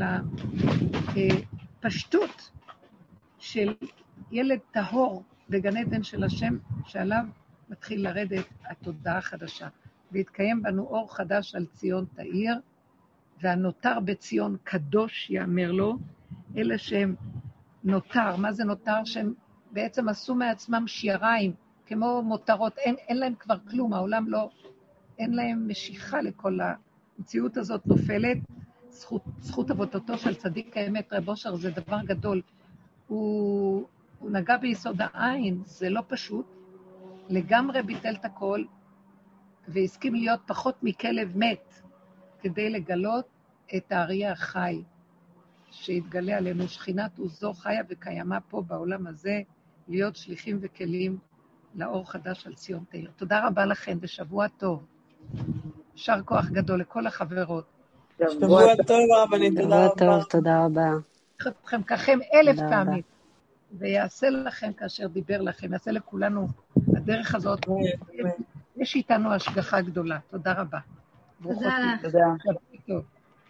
הפשטות של ילד טהור בגן עדן של השם, שעליו מתחיל לרדת התודעה החדשה. והתקיים בנו אור חדש על ציון תאיר, והנותר בציון קדוש יאמר לו, אלה שהם נותר, מה זה נותר? שהם בעצם עשו מעצמם שיריים, כמו מותרות, אין להם כבר כלום, העולם לא, אין להם משיכה לכל המציאות הזאת נופלת, זכות עבודתו של צדיק האמת, רב אושר, זה דבר גדול, הוא נגע ביסוד העין, זה לא פשוט, לגמרי ביטל את הכל, והסכים להיות פחות מכלב מת, כדי לגלות את האריה החי, שהתגלה עלינו שכינת וזו חיה וקיימה פה בעולם הזה, להיות שליחים וכלים לאור חדש על ציון תאיר. תודה רבה לכם ושבוע טוב. שר כוח גדול לכל החברות. שבוע טוב רבנית, תודה רבה. שבוע טוב, תודה רבה. אתכם ככם 1000 פעמים, ויעשה לכם כאשר דיבר לכם, יעשה לכולנו הדרך הזאת. יש איתנו השגחה גדולה. תודה רבה. תודה לך. תודה.